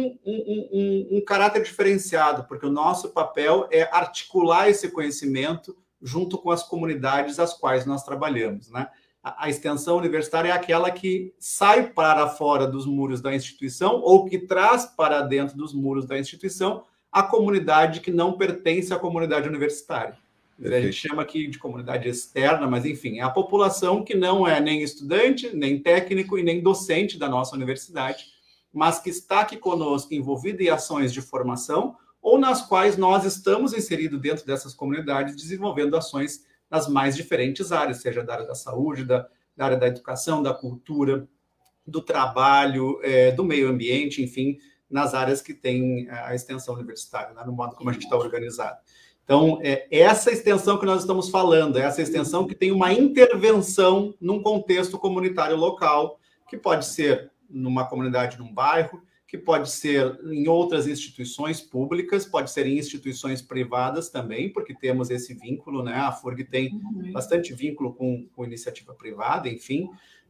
um caráter diferenciado, porque o nosso papel é articular esse conhecimento junto com as comunidades às quais nós trabalhamos, né? A extensão universitária é aquela que sai para fora dos muros da instituição ou que traz para dentro dos muros da instituição a comunidade que não pertence à comunidade universitária. A gente chama aqui de comunidade externa, mas, enfim, é a população que não é nem estudante, nem técnico e nem docente da nossa universidade, mas que está aqui conosco, envolvida em ações de formação ou nas quais nós estamos inseridos dentro dessas comunidades, desenvolvendo ações nas mais diferentes áreas, seja da área da saúde, da área da educação, da cultura, do trabalho, do meio ambiente, enfim, nas áreas que tem a extensão universitária, né, no modo como a gente está organizado. Então, essa extensão que nós estamos falando, essa extensão que tem uma intervenção num contexto comunitário local, que pode ser numa comunidade, num bairro, que pode ser em outras instituições públicas, pode ser em instituições privadas também, porque temos esse vínculo, né? A FURG tem bastante vínculo com iniciativa privada, enfim,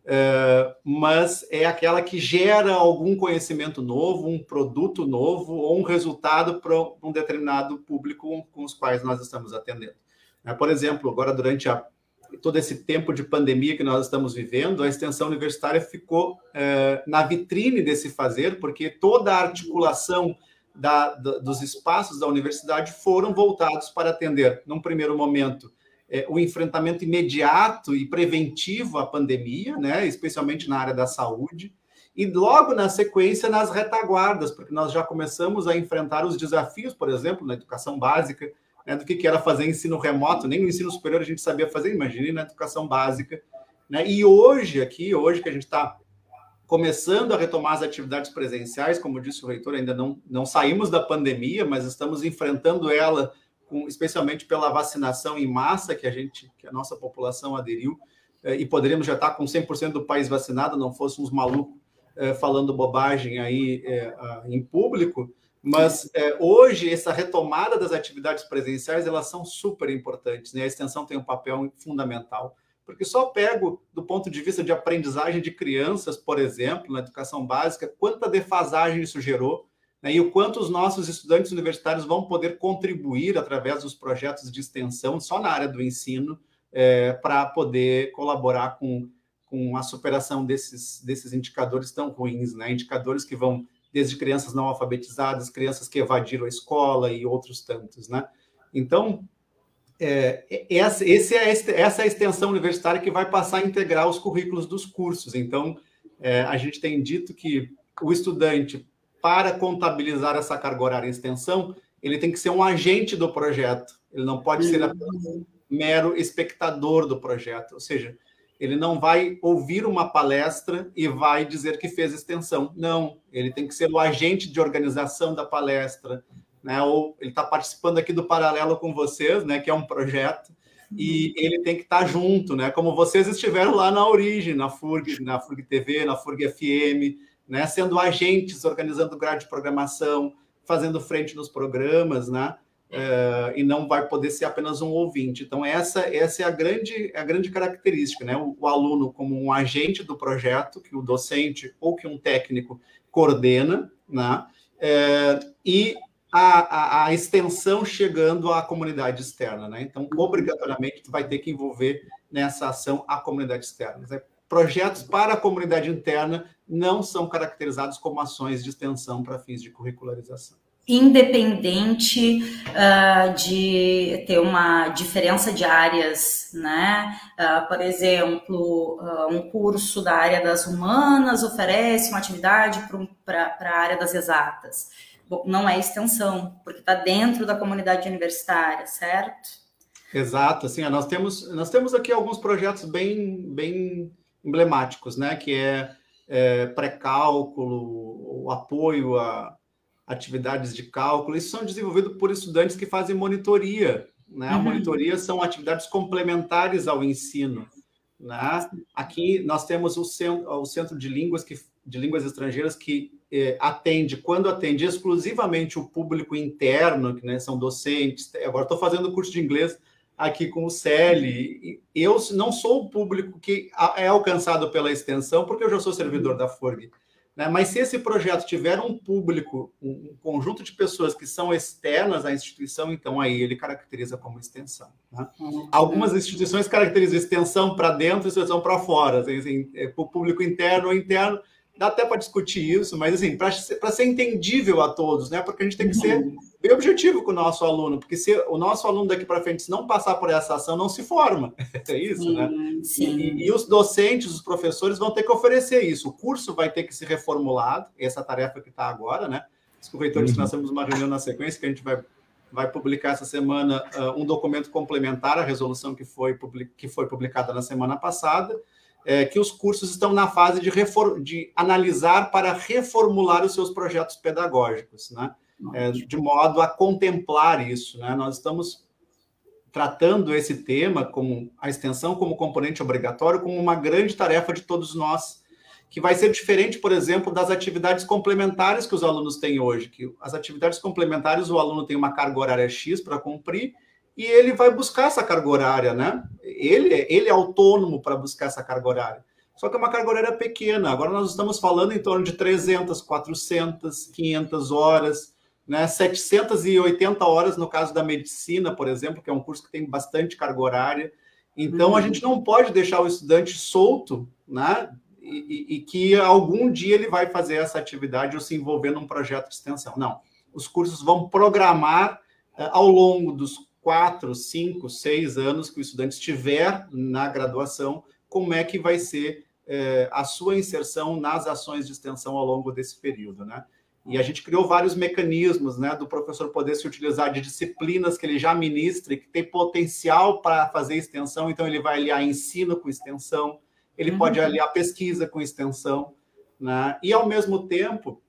mas é aquela que gera algum conhecimento novo, um produto novo ou um resultado para um determinado público com os quais nós estamos atendendo. Por exemplo, agora durante todo esse tempo de pandemia que nós estamos vivendo, a extensão universitária ficou na vitrine desse fazer, porque toda a articulação dos espaços da universidade foram voltados para atender, num primeiro momento, o enfrentamento imediato e preventivo à pandemia, né, especialmente na área da saúde, e logo na sequência nas retaguardas, porque nós já começamos a enfrentar os desafios, por exemplo, na educação básica, né, do que era fazer ensino remoto, nem no ensino superior a gente sabia fazer, imagine na educação básica, né? E hoje que a gente está começando a retomar as atividades presenciais, como disse o reitor, ainda não saímos da pandemia, mas estamos enfrentando ela, especialmente pela vacinação em massa que a nossa população aderiu, e poderíamos já estar com 100% do país vacinado, não fosse uns malucos falando bobagem aí em público. Mas hoje, essa retomada das atividades presenciais, elas são super importantes, né? A extensão tem um papel fundamental, porque só pego do ponto de vista de aprendizagem de crianças, por exemplo, na educação básica, quanta defasagem isso gerou, né? E o quanto os nossos estudantes universitários vão poder contribuir através dos projetos de extensão, só na área do ensino, para poder colaborar com a superação desses indicadores tão ruins, né? Indicadores que vão desde crianças não alfabetizadas, crianças que evadiram a escola e outros tantos, né? Então, essa é a extensão universitária que vai passar a integrar os currículos dos cursos. Então, a gente tem dito que o estudante, para contabilizar essa carga horária em extensão, ele tem que ser um agente do projeto, ele não pode ser apenas um mero espectador do projeto, ou seja, ele não vai ouvir uma palestra e vai dizer que fez extensão. Não, ele tem que ser o agente de organização da palestra, né? Ou ele está participando aqui do Paralelo com vocês, né? Que é um projeto, e ele tem que estar junto, né? Como vocês estiveram lá na origem, na FURG TV, na FURG FM, né? Sendo agentes, organizando grade de programação, fazendo frente nos programas, né? E não vai poder ser apenas um ouvinte. Então, essa é a grande característica, né? O aluno como um agente do projeto, que o docente ou que um técnico coordena, né? E a extensão chegando à comunidade externa, né? Então, obrigatoriamente, tu vai ter que envolver nessa ação a comunidade externa. Projetos para a comunidade interna não são caracterizados como ações de extensão para fins de curricularização. Independente de ter uma diferença de áreas, né? Por exemplo, um curso da área das humanas oferece uma atividade para a área das exatas. Bom, não é extensão, porque está dentro da comunidade universitária, certo? Exato. Assim, nós temos aqui alguns projetos bem emblemáticos, né? Que é pré-cálculo, o apoio a atividades de cálculo. Isso são desenvolvidos por estudantes que fazem monitoria, né? A monitoria são atividades complementares ao ensino, né? Aqui nós temos o Centro de Línguas Estrangeiras que quando atende exclusivamente o público interno, que, né, são docentes. Agora estou fazendo curso de inglês aqui com o CELI. Eu não sou o público que é alcançado pela extensão, porque eu já sou servidor da FURG. Né? Mas se esse projeto tiver um público, um conjunto de pessoas que são externas à instituição, então aí ele caracteriza como extensão. Né? Algumas instituições caracterizam extensão para dentro e extensão para fora. Assim, para o público interno ou interno, dá até para discutir isso, mas assim, para ser entendível a todos, né? Porque a gente tem que ser bem objetivo com o nosso aluno, porque se o nosso aluno daqui para frente, se não passar por essa ação, não se forma. É isso, sim, né? Sim. E os docentes, os professores vão ter que oferecer isso. O curso vai ter que ser reformulado, essa tarefa que está agora, né? O reitor disse que nós temos uma reunião na sequência, que a gente vai publicar essa semana um documento complementar à resolução que foi publicada na semana passada, que os cursos estão na fase de analisar para reformular os seus projetos pedagógicos, né? De modo a contemplar isso, né? Nós estamos tratando esse tema, como a extensão como componente obrigatório, como uma grande tarefa de todos nós, que vai ser diferente, por exemplo, das atividades complementares que os alunos têm hoje, que as atividades complementares, o aluno tem uma carga horária X para cumprir, e ele vai buscar essa carga horária, né? Ele é autônomo para buscar essa carga horária. Só que é uma carga horária pequena. Agora nós estamos falando em torno de 300, 400, 500 horas, né? 780 horas no caso da medicina, por exemplo, que é um curso que tem bastante carga horária. Então, a gente não pode deixar o estudante solto, né? E que algum dia ele vai fazer essa atividade ou se envolver num projeto de extensão. Não. Os cursos vão programar ao longo dos 4, 5, 6 anos que o estudante estiver na graduação, como é que vai ser a sua inserção nas ações de extensão ao longo desse período, né? E a gente criou vários mecanismos, né, do professor poder se utilizar de disciplinas que ele já ministra e que tem potencial para fazer extensão, então ele vai aliar ensino com extensão, ele pode aliar pesquisa com extensão, né? E, ao mesmo tempo,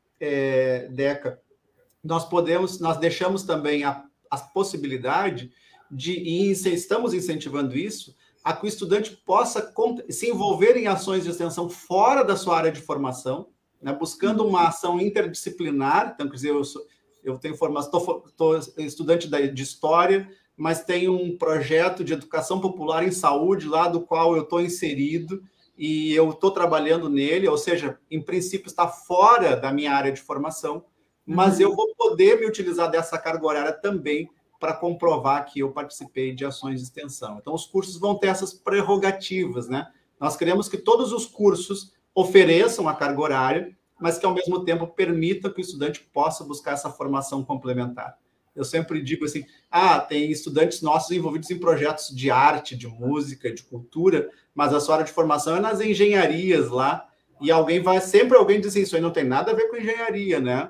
Deca, nós deixamos também a possibilidade e estamos incentivando isso, a que o estudante possa se envolver em ações de extensão fora da sua área de formação, né, buscando uma ação interdisciplinar. Então, quer dizer, eu tenho formação, estou estudante de História, mas tenho um projeto de educação popular em saúde lá do qual eu estou inserido e eu estou trabalhando nele, ou seja, em princípio está fora da minha área de formação, mas eu vou poder me utilizar dessa carga horária também para comprovar que eu participei de ações de extensão. Então, os cursos vão ter essas prerrogativas, né? Nós queremos que todos os cursos ofereçam a carga horária, mas que, ao mesmo tempo, permita que o estudante possa buscar essa formação complementar. Eu sempre digo assim, tem estudantes nossos envolvidos em projetos de arte, de música, de cultura, mas a sua área de formação é nas engenharias lá, e sempre alguém diz assim, isso aí não tem nada a ver com engenharia, né?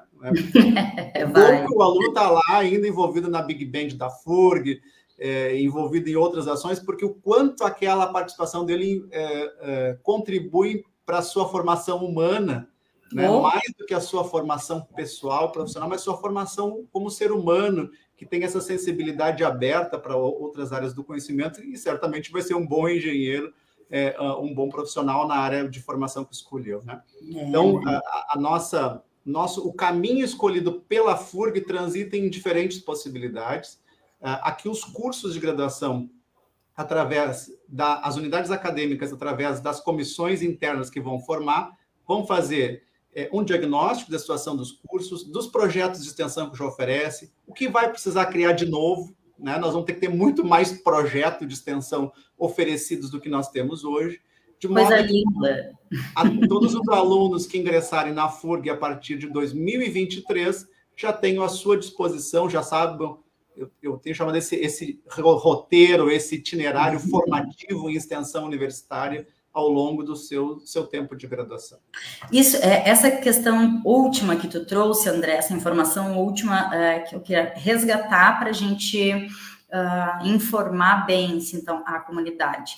O aluno está lá ainda envolvido na Big Band da FURG, envolvido em outras ações, porque o quanto aquela participação dele contribui para a sua formação humana, né? Mais do que a sua formação pessoal, profissional, mas sua formação como ser humano, que tem essa sensibilidade aberta para outras áreas do conhecimento e certamente vai ser um bom engenheiro, um bom profissional na área de formação que escolheu, né? Então, o caminho escolhido pela FURG transita em diferentes possibilidades. Aqui os cursos de graduação, através das unidades acadêmicas, através das comissões internas que vão formar, vão fazer um diagnóstico da situação dos cursos, dos projetos de extensão que já oferece, o que vai precisar criar de novo, né? Nós vamos ter que ter muito mais projeto de extensão oferecidos do que nós temos hoje, de modo que todos os alunos que ingressarem na FURG a partir de 2023 já tenham à sua disposição, já sabem, eu tenho chamado esse roteiro, esse itinerário formativo em extensão universitária ao longo do seu tempo de graduação. Isso, essa questão última que tu trouxe, André, essa informação última que eu queria resgatar para a gente informar bem, então, a comunidade.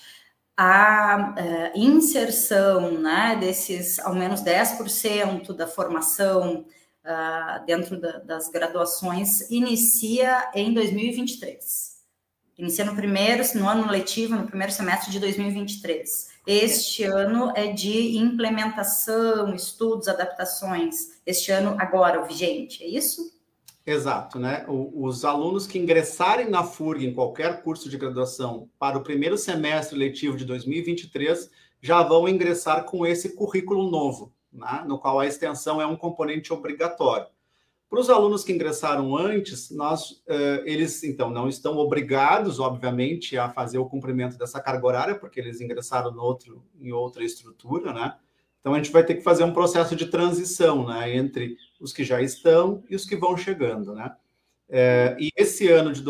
A inserção, né, desses ao menos 10% da formação dentro das graduações inicia em 2023. Inicia no ano letivo, no primeiro semestre de 2023. Este ano é de implementação, estudos, adaptações. Este ano, agora, o vigente, é isso? Exato, né? Os alunos que ingressarem na FURG em qualquer curso de graduação para o primeiro semestre letivo de 2023 já vão ingressar com esse currículo novo, né? No qual a extensão é um componente obrigatório. Para os alunos que ingressaram antes, eles, então, não estão obrigados, obviamente, a fazer o cumprimento dessa carga horária, porque eles ingressaram em outra estrutura, né? Então, a gente vai ter que fazer um processo de transição, né, entre os que já estão e os que vão chegando, né? E esse ano de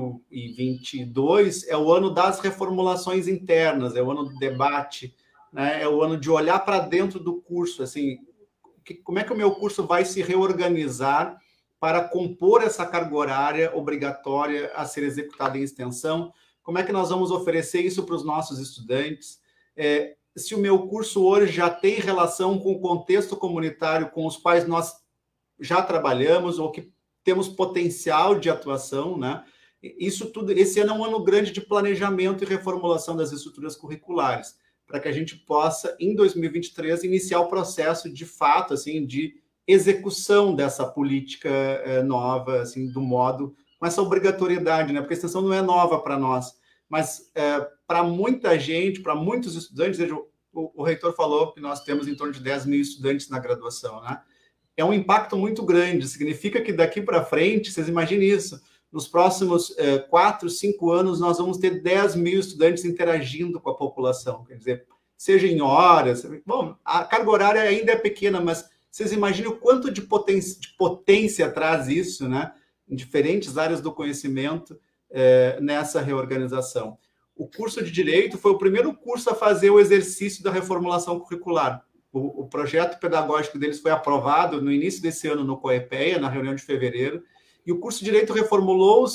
2022 é o ano das reformulações internas, é o ano do debate, né, é o ano de olhar para dentro do curso, assim, como é que o meu curso vai se reorganizar para compor essa carga horária obrigatória a ser executada em extensão? Como é que nós vamos oferecer isso para os nossos estudantes? Se o meu curso hoje já tem relação com o contexto comunitário com os quais nós já trabalhamos ou que temos potencial de atuação, né? Isso tudo, esse ano é um ano grande de planejamento e reformulação das estruturas curriculares, para que a gente possa, em 2023, iniciar o processo de fato, assim, de execução dessa política nova, assim, do modo, com essa obrigatoriedade, né? Porque a extensão não é nova para nós, mas para muita gente, para muitos estudantes, o reitor falou que nós temos em torno de 10 mil estudantes na graduação, né? É um impacto muito grande, significa que daqui para frente, vocês imaginem isso, nos próximos 4, 5 anos, nós vamos ter 10 mil estudantes interagindo com a população, quer dizer, seja em horas, bom, a carga horária ainda é pequena, mas vocês imaginem o quanto de potência traz isso, né, em diferentes áreas do conhecimento, nessa reorganização. O curso de Direito foi o primeiro curso a fazer o exercício da reformulação curricular. O projeto pedagógico deles foi aprovado no início desse ano no COEPEA, na reunião de fevereiro, e o curso de Direito reformulou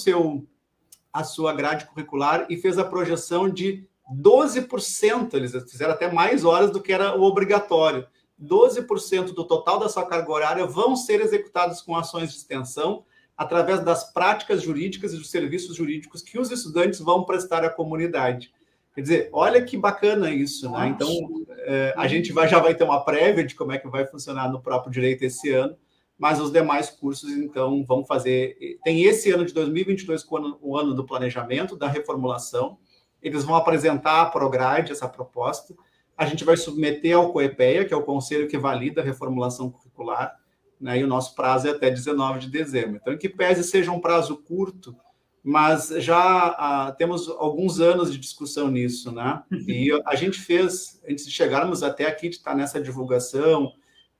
a sua grade curricular e fez a projeção de 12%, eles fizeram até mais horas do que era o obrigatório. 12% do total da sua carga horária vão ser executados com ações de extensão através das práticas jurídicas e dos serviços jurídicos que os estudantes vão prestar à comunidade. Quer dizer, olha que bacana isso, né? Então, a gente já vai ter uma prévia de como é que vai funcionar no próprio direito esse ano, mas os demais cursos, então, vão fazer... Tem esse ano de 2022, o ano do planejamento, da reformulação, eles vão apresentar a Prograde, essa proposta, a gente vai submeter ao COEPEA, que é o conselho que valida a reformulação curricular, né? E o nosso prazo é até 19 de dezembro. Então, em que pese seja um prazo curto, mas já temos alguns anos de discussão nisso, né? E a gente fez, antes de chegarmos até aqui, de estar nessa divulgação,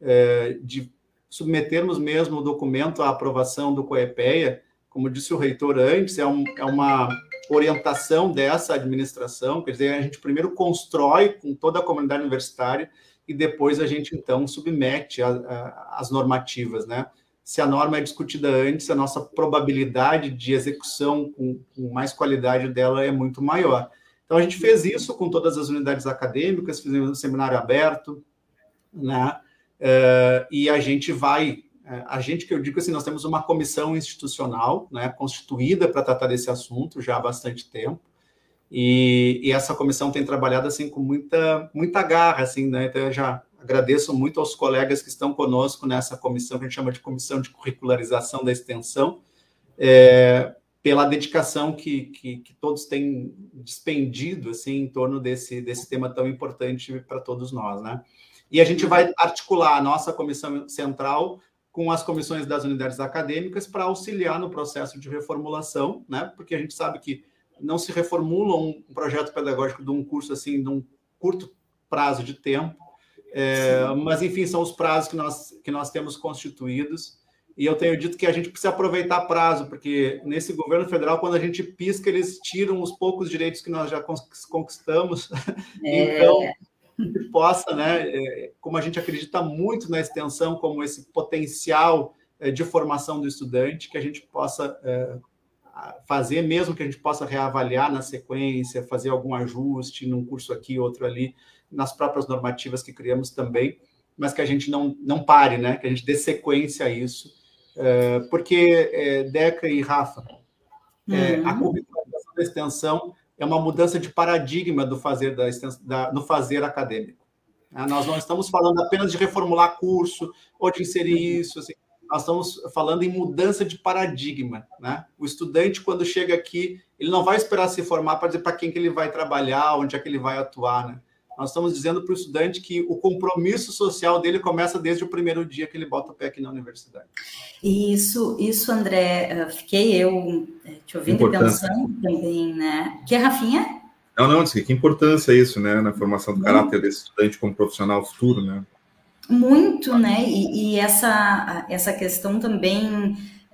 de submetermos mesmo o documento à aprovação do COEPEA, como disse o reitor antes, é uma orientação dessa administração, quer dizer, a gente primeiro constrói com toda a comunidade universitária e depois a gente, então, submete as normativas, né? Se a norma é discutida antes, a nossa probabilidade de execução com mais qualidade dela é muito maior. Então, a gente fez isso com todas as unidades acadêmicas, fizemos um seminário aberto, né? E a gente vai A gente, que eu digo assim, nós temos uma comissão institucional, né, constituída para tratar desse assunto já há bastante tempo, e essa comissão tem trabalhado assim com muita garra, assim, né? Então eu já agradeço muito aos colegas que estão conosco nessa comissão, que a gente chama de Comissão de Curricularização da Extensão, pela dedicação que todos têm despendido assim, em torno desse tema tão importante para todos nós, né? E a gente vai articular a nossa comissão central com as comissões das unidades acadêmicas para auxiliar no processo de reformulação, né? Porque a gente sabe que não se reformula um projeto pedagógico de um curso assim, de um curto prazo de tempo, mas, enfim, são os prazos que nós temos constituídos, e eu tenho dito que a gente precisa aproveitar prazo, porque nesse governo federal, quando a gente pisca, eles tiram os poucos direitos que nós já conquistamos, então que possa, né, como a gente acredita muito na extensão, como esse potencial de formação do estudante, que a gente possa fazer, mesmo que a gente possa reavaliar na sequência, fazer algum ajuste num curso aqui, outro ali, nas próprias normativas que criamos também, mas que a gente não pare, né, que a gente dê sequência a isso, porque, Deca e Rafa, a curricularização da extensão é uma mudança de paradigma do fazer no fazer acadêmico. Nós não estamos falando apenas de reformular curso ou de inserir isso. Assim, nós estamos falando em mudança de paradigma, né? O estudante, quando chega aqui, ele não vai esperar se formar para dizer para quem que ele vai trabalhar, onde é que ele vai atuar, né? Nós estamos dizendo para o estudante que o compromisso social dele começa desde o primeiro dia que ele bota o pé aqui na universidade. Isso, André, fiquei eu te ouvindo e pensando também, né? Que, Rafinha? Não, que importância isso, né, na formação do caráter desse estudante como profissional futuro, né? Muito, né? E essa questão também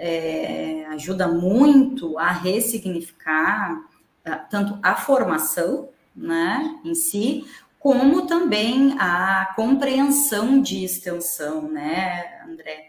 ajuda muito a ressignificar tanto a formação, né, em si, como também a compreensão de extensão, né, André?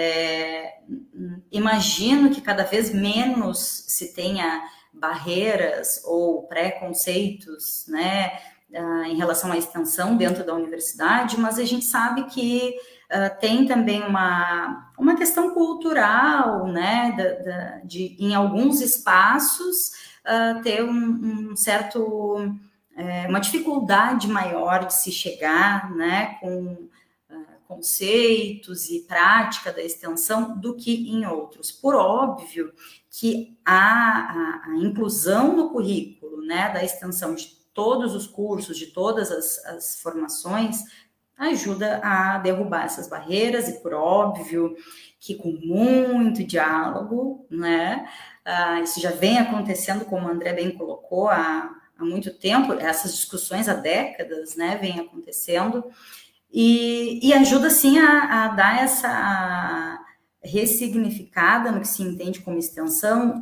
Imagino que cada vez menos se tenha barreiras ou preconceitos, né, em relação à extensão dentro da universidade, mas a gente sabe que tem também uma questão cultural, né, de em alguns espaços ter um certo uma dificuldade maior de se chegar, né, com conceitos e prática da extensão do que em outros. Por óbvio que a inclusão no currículo, né, da extensão de todos os cursos, de todas as formações, ajuda a derrubar essas barreiras, e por óbvio que com muito diálogo, né, isso já vem acontecendo, como o André bem colocou, há muito tempo, essas discussões há décadas, né, vem acontecendo, e ajuda, sim, a dar essa ressignificada no que se entende como extensão,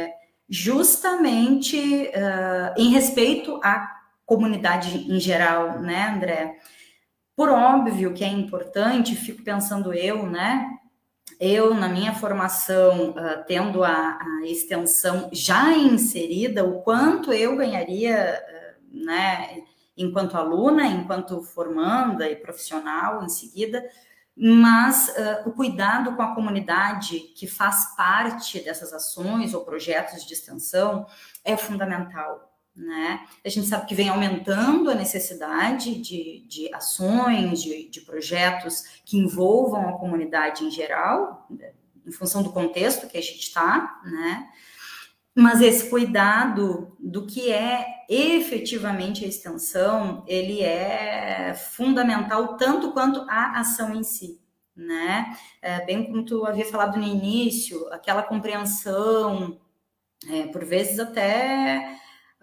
justamente em respeito à comunidade em geral, né, André? Por óbvio que é importante, fico pensando né, eu, na minha formação, tendo a extensão já inserida, o quanto eu ganharia, né, enquanto aluna, enquanto formanda e profissional em seguida, mas o cuidado com a comunidade que faz parte dessas ações ou projetos de extensão é fundamental, né? A gente sabe que vem aumentando a necessidade de ações, de projetos que envolvam a comunidade em geral, em função do contexto que a gente está, né? Mas esse cuidado do que é efetivamente a extensão, ele é fundamental tanto quanto a ação em si, né? Bem como tu havia falado no início, aquela compreensão, por vezes até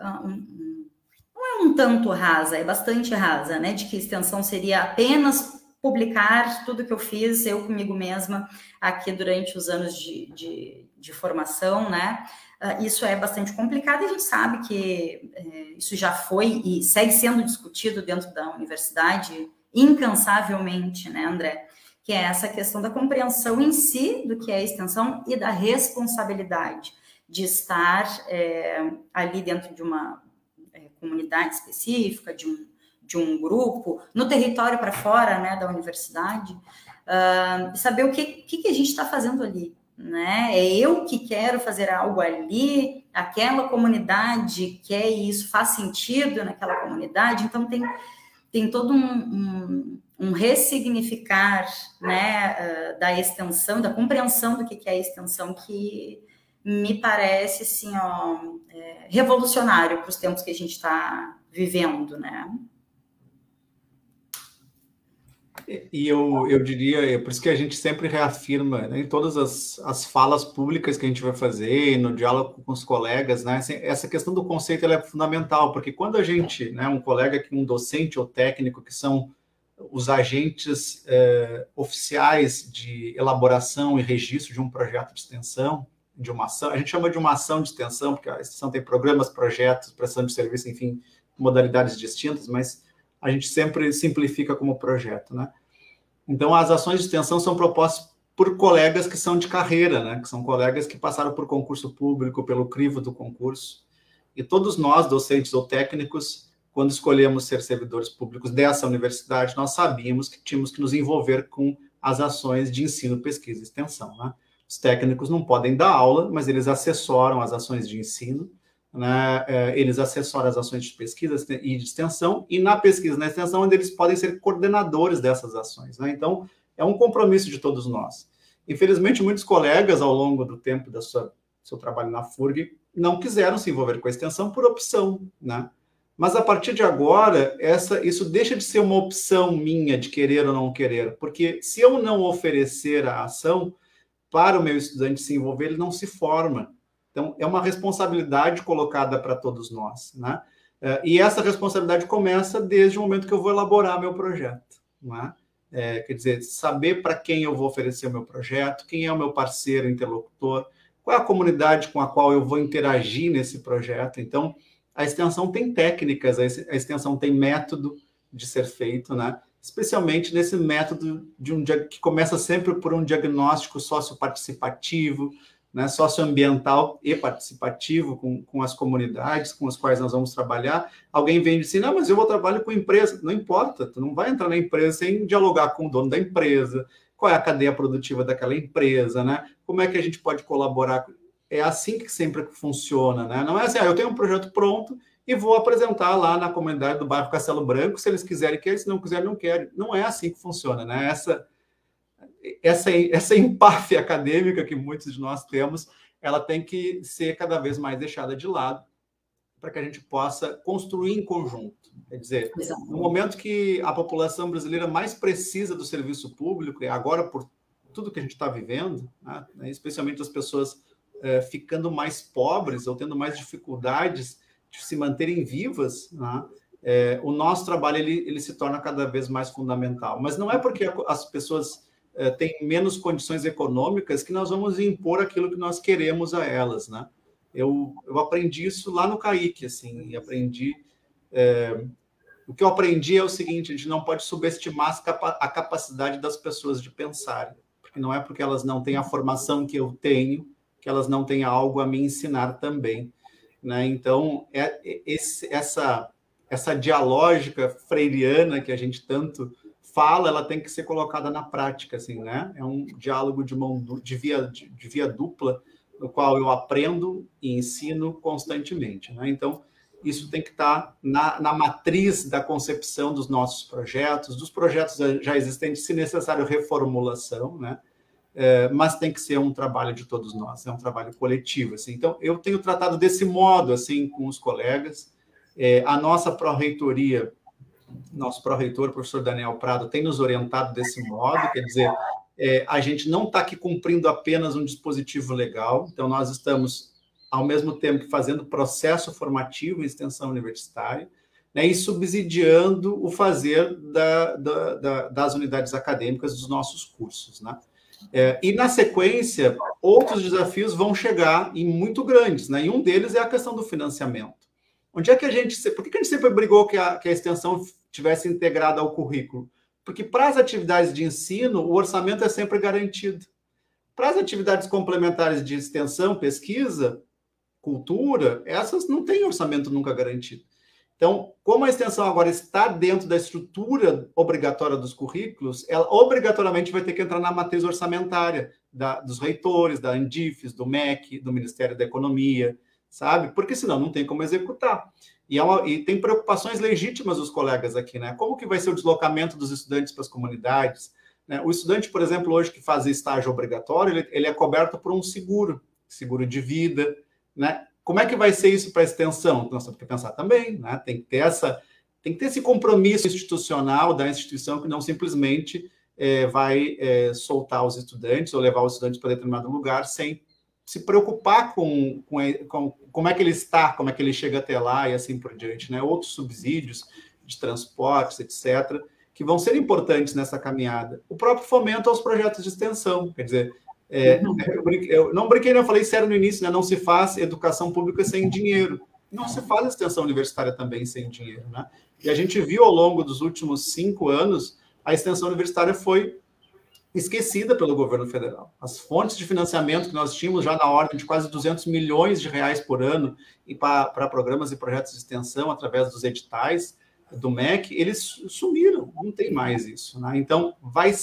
não é um tanto rasa, é bastante rasa, né? De que extensão seria apenas publicar tudo que eu fiz, eu comigo mesma, aqui durante os anos de formação, né? Isso é bastante complicado e a gente sabe que isso já foi e segue sendo discutido dentro da universidade incansavelmente, né, André? Que é essa questão da compreensão em si do que é a extensão e da responsabilidade de estar ali dentro de uma comunidade específica, de um grupo, no território para fora, né, da universidade, saber o que a gente está fazendo ali, né? É eu que quero fazer algo ali, aquela comunidade quer isso, faz sentido naquela comunidade, então tem todo um ressignificar, né, da extensão, da compreensão do que é a extensão, que me parece, assim, revolucionário para os tempos que a gente está vivendo, né? E eu diria, é por isso que a gente sempre reafirma, né, em todas as falas públicas que a gente vai fazer, no diálogo com os colegas, né, assim, essa questão do conceito ela é fundamental, porque quando a gente, né, um colega, um docente ou técnico, que são os agentes oficiais de elaboração e registro de um projeto de extensão, de uma ação, a gente chama de uma ação de extensão, porque a extensão tem programas, projetos, prestação de serviço, enfim, modalidades distintas, mas a gente sempre simplifica como projeto, né? Então, as ações de extensão são propostas por colegas que são de carreira, né? Que são colegas que passaram por concurso público, pelo crivo do concurso. E todos nós, docentes ou técnicos, quando escolhemos ser servidores públicos dessa universidade, nós sabíamos que tínhamos que nos envolver com as ações de ensino, pesquisa e extensão, né? Os técnicos não podem dar aula, mas eles assessoram as ações de ensino, né? Eles assessoram as ações de pesquisa e de extensão, e na pesquisa e na extensão, onde eles podem ser coordenadores dessas ações, né? Então, é um compromisso de todos nós. Infelizmente, muitos colegas, ao longo do tempo do seu trabalho na FURG, não quiseram se envolver com a extensão por opção, né? Mas, a partir de agora, isso deixa de ser uma opção minha de querer ou não querer, porque se eu não oferecer a ação para o meu estudante se envolver, ele não se forma. Então, é uma responsabilidade colocada para todos nós, né? E essa responsabilidade começa desde o momento que eu vou elaborar meu projeto, né? Quer dizer, saber para quem eu vou oferecer o meu projeto, quem é o meu parceiro, interlocutor, qual é a comunidade com a qual eu vou interagir nesse projeto. Então, a extensão tem técnicas, a extensão tem método de ser feito, né? Especialmente nesse método que começa sempre por um diagnóstico socioparticipativo, né, socioambiental e participativo com as comunidades com as quais nós vamos trabalhar. Alguém vem e diz assim, não, mas eu trabalho com empresa. Não importa, tu não vai entrar na empresa sem dialogar com o dono da empresa, qual é a cadeia produtiva daquela empresa, né? Como é que a gente pode colaborar? É assim que sempre funciona, né? Não é assim, eu tenho um projeto pronto e vou apresentar lá na comunidade do bairro Castelo Branco, se eles quiserem, querem, se não quiserem, não querem. Não é assim que funciona, né? Essa empáfia acadêmica que muitos de nós temos, ela tem que ser cada vez mais deixada de lado para que a gente possa construir em conjunto. Quer dizer, no momento que a população brasileira mais precisa do serviço público, e agora por tudo que a gente está vivendo, né, especialmente as pessoas ficando mais pobres ou tendo mais dificuldades de se manterem vivas, né, o nosso trabalho ele se torna cada vez mais fundamental. Mas não é porque as pessoas têm menos condições econômicas que nós vamos impor aquilo que nós queremos a elas, né? Eu aprendi isso lá no CAIC, assim, e aprendi... o que eu aprendi é o seguinte, a gente não pode subestimar a capacidade das pessoas de pensar, porque não é porque elas não têm a formação que eu tenho, que elas não têm algo a me ensinar também, né? Então, essa dialógica freiriana que a gente tanto fala, ela tem que ser colocada na prática, assim, né? É um diálogo de via dupla, no qual eu aprendo e ensino constantemente, né? Então, isso tem que estar na matriz da concepção dos nossos projetos, dos projetos já existentes, se necessário, reformulação, né? Mas tem que ser um trabalho de todos nós, é um trabalho coletivo, assim. Então, eu tenho tratado desse modo, assim, com os colegas. A nossa pró-reitoria, nosso pró-reitor, o professor Daniel Prado, tem nos orientado desse modo, quer dizer, a gente não está aqui cumprindo apenas um dispositivo legal, então nós estamos, ao mesmo tempo, fazendo processo formativo em extensão universitária, né, e subsidiando o fazer das unidades acadêmicas dos nossos cursos, né? E, na sequência, outros desafios vão chegar e muito grandes, né? E um deles é a questão do financiamento. Onde é que por que a gente sempre brigou que a extensão tivesse integrada ao currículo? Porque para as atividades de ensino, o orçamento é sempre garantido. Para as atividades complementares de extensão, pesquisa, cultura, essas não têm orçamento nunca garantido. Então, como a extensão agora está dentro da estrutura obrigatória dos currículos, ela obrigatoriamente vai ter que entrar na matriz orçamentária dos reitores, da Andifes, do MEC, do Ministério da Economia, sabe? Porque senão não tem como executar. E tem preocupações legítimas dos colegas aqui, né? Como que vai ser o deslocamento dos estudantes para as comunidades? Né? O estudante, por exemplo, hoje que faz estágio obrigatório, ele é coberto por um seguro de vida, né? Como é que vai ser isso para a extensão? Nós temos que pensar também, né? Tem que ter esse compromisso institucional da instituição que não simplesmente vai soltar os estudantes ou levar os estudantes para determinado lugar sem se preocupar com como é que ele está, como é que ele chega até lá e assim por diante, né? Outros subsídios de transportes, etc., que vão ser importantes nessa caminhada. O próprio fomento aos projetos de extensão, quer dizer, eu não brinquei, eu falei sério no início, né? Não se faz educação pública sem dinheiro. Não se faz extensão universitária também sem dinheiro, né? E a gente viu ao longo dos últimos 5 anos, a extensão universitária foi esquecida pelo governo federal. As fontes de financiamento que nós tínhamos já na ordem de quase 200 milhões de reais por ano e para programas e projetos de extensão através dos editais do MEC, eles sumiram, não tem mais isso, né? Então, vai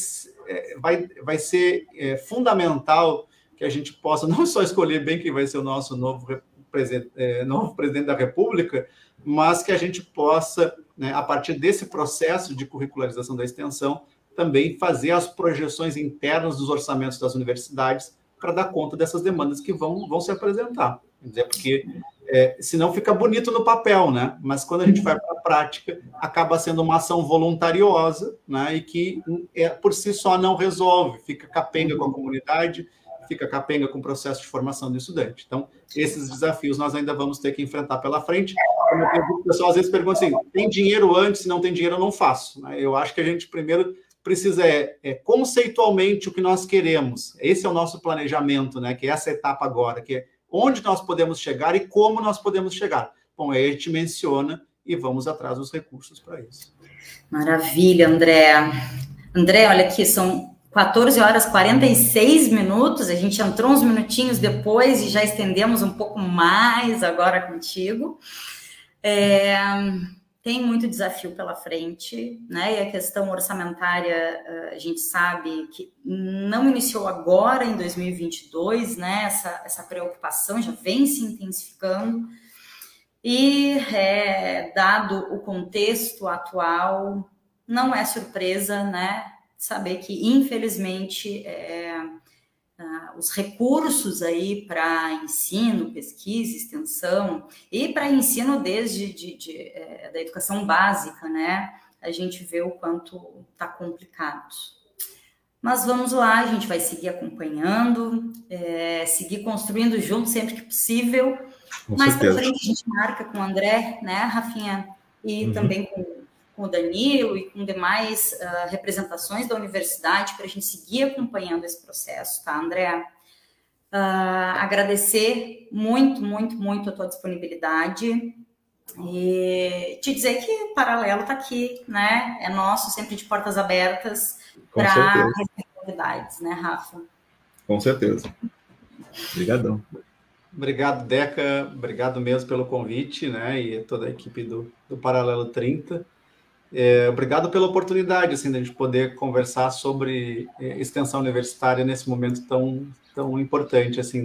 ser fundamental que a gente possa não só escolher bem quem vai ser o nosso novo presidente da República, mas que a gente possa, né, a partir desse processo de curricularização da extensão, também fazer as projeções internas dos orçamentos das universidades para dar conta dessas demandas que vão se apresentar. Quer dizer, porque senão fica bonito no papel, né? Mas quando a gente vai para a prática, acaba sendo uma ação voluntariosa, né? E que por si só não resolve, fica capenga com a comunidade, fica capenga com o processo de formação do estudante. Então, esses desafios nós ainda vamos ter que enfrentar pela frente. Como o pessoal às vezes pergunta assim, tem dinheiro antes? Se não tem dinheiro, eu não faço. Né? Eu acho que a gente primeiro precisa conceitualmente o que nós queremos. Esse é o nosso planejamento, né? Que é essa etapa agora, que é onde nós podemos chegar e como nós podemos chegar. Bom, aí a gente menciona e vamos atrás dos recursos para isso. Maravilha, André. André, olha aqui, são 14 horas e 46 minutos, a gente entrou uns minutinhos depois e já estendemos um pouco mais agora contigo. Tem muito desafio pela frente, né? E a questão orçamentária, a gente sabe que não iniciou agora, em 2022, né? Essa preocupação já vem se intensificando. E, dado o contexto atual, não é surpresa, né? Saber que, infelizmente, os recursos aí para ensino, pesquisa, extensão e para ensino desde da educação básica, né? A gente vê o quanto está complicado. Mas vamos lá, a gente vai seguir acompanhando, seguir construindo junto sempre que possível. Mais para frente a gente marca com o André, né, Rafinha? E também com o Danilo e com demais representações da universidade para a gente seguir acompanhando esse processo, tá, André? Agradecer muito, muito, muito a tua disponibilidade e te dizer que o Paralelo está aqui, né? É nosso, sempre de portas abertas para receber novidades, né, Rafa? Com certeza. Obrigadão. Obrigado, Deca. Obrigado mesmo pelo convite, né? E toda a equipe do Paralelo 30. Obrigado pela oportunidade, assim, de a gente poder conversar sobre extensão universitária nesse momento tão importante, assim,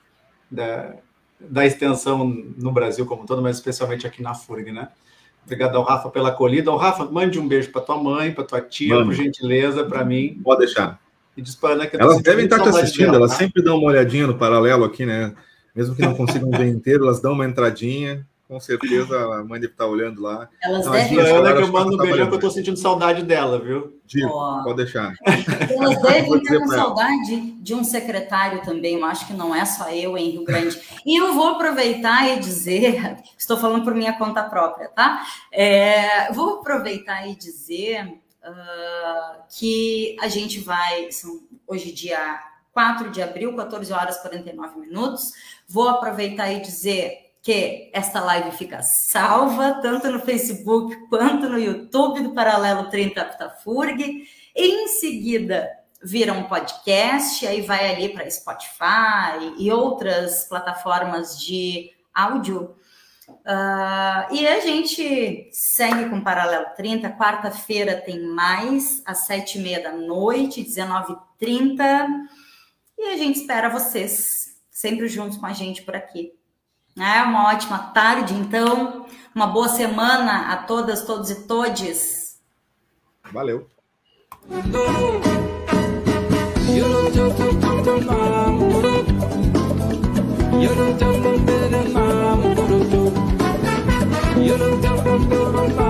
da extensão no Brasil como todo, mas especialmente aqui na FURG, né? Obrigado ao Rafa pela acolhida. Rafa, mande um beijo para tua mãe, para tua tia, por gentileza, para mim. Pode deixar. E diz para Ana que elas devem estar te assistindo, elas sempre dão uma olhadinha no Paralelo aqui, né? Mesmo que não consigam ver inteiro, elas dão uma entradinha. Com certeza a mãe deve estar olhando lá. Elas devem... Ana, que eu mando um beijão, que eu estou sentindo saudade dela, viu? Pode deixar. Elas devem estar com saudade de um secretário também, eu acho que não é só eu em Rio Grande. E eu vou aproveitar e dizer, estou falando por minha conta própria, tá? Vou aproveitar e dizer que a gente vai, hoje dia 4 de abril, 14 horas e 49 minutos, vou aproveitar e dizer que esta live fica salva, tanto no Facebook quanto no YouTube do Paralelo 30 Aptafurg. Em seguida, vira um podcast, aí vai ali para Spotify e outras plataformas de áudio. E a gente segue com Paralelo 30. Quarta-feira tem mais, às 7h30 da noite, 19h30. E a gente espera vocês sempre juntos com a gente por aqui. Uma ótima tarde, então. Uma boa semana a todas, todos e todes. Valeu. You don't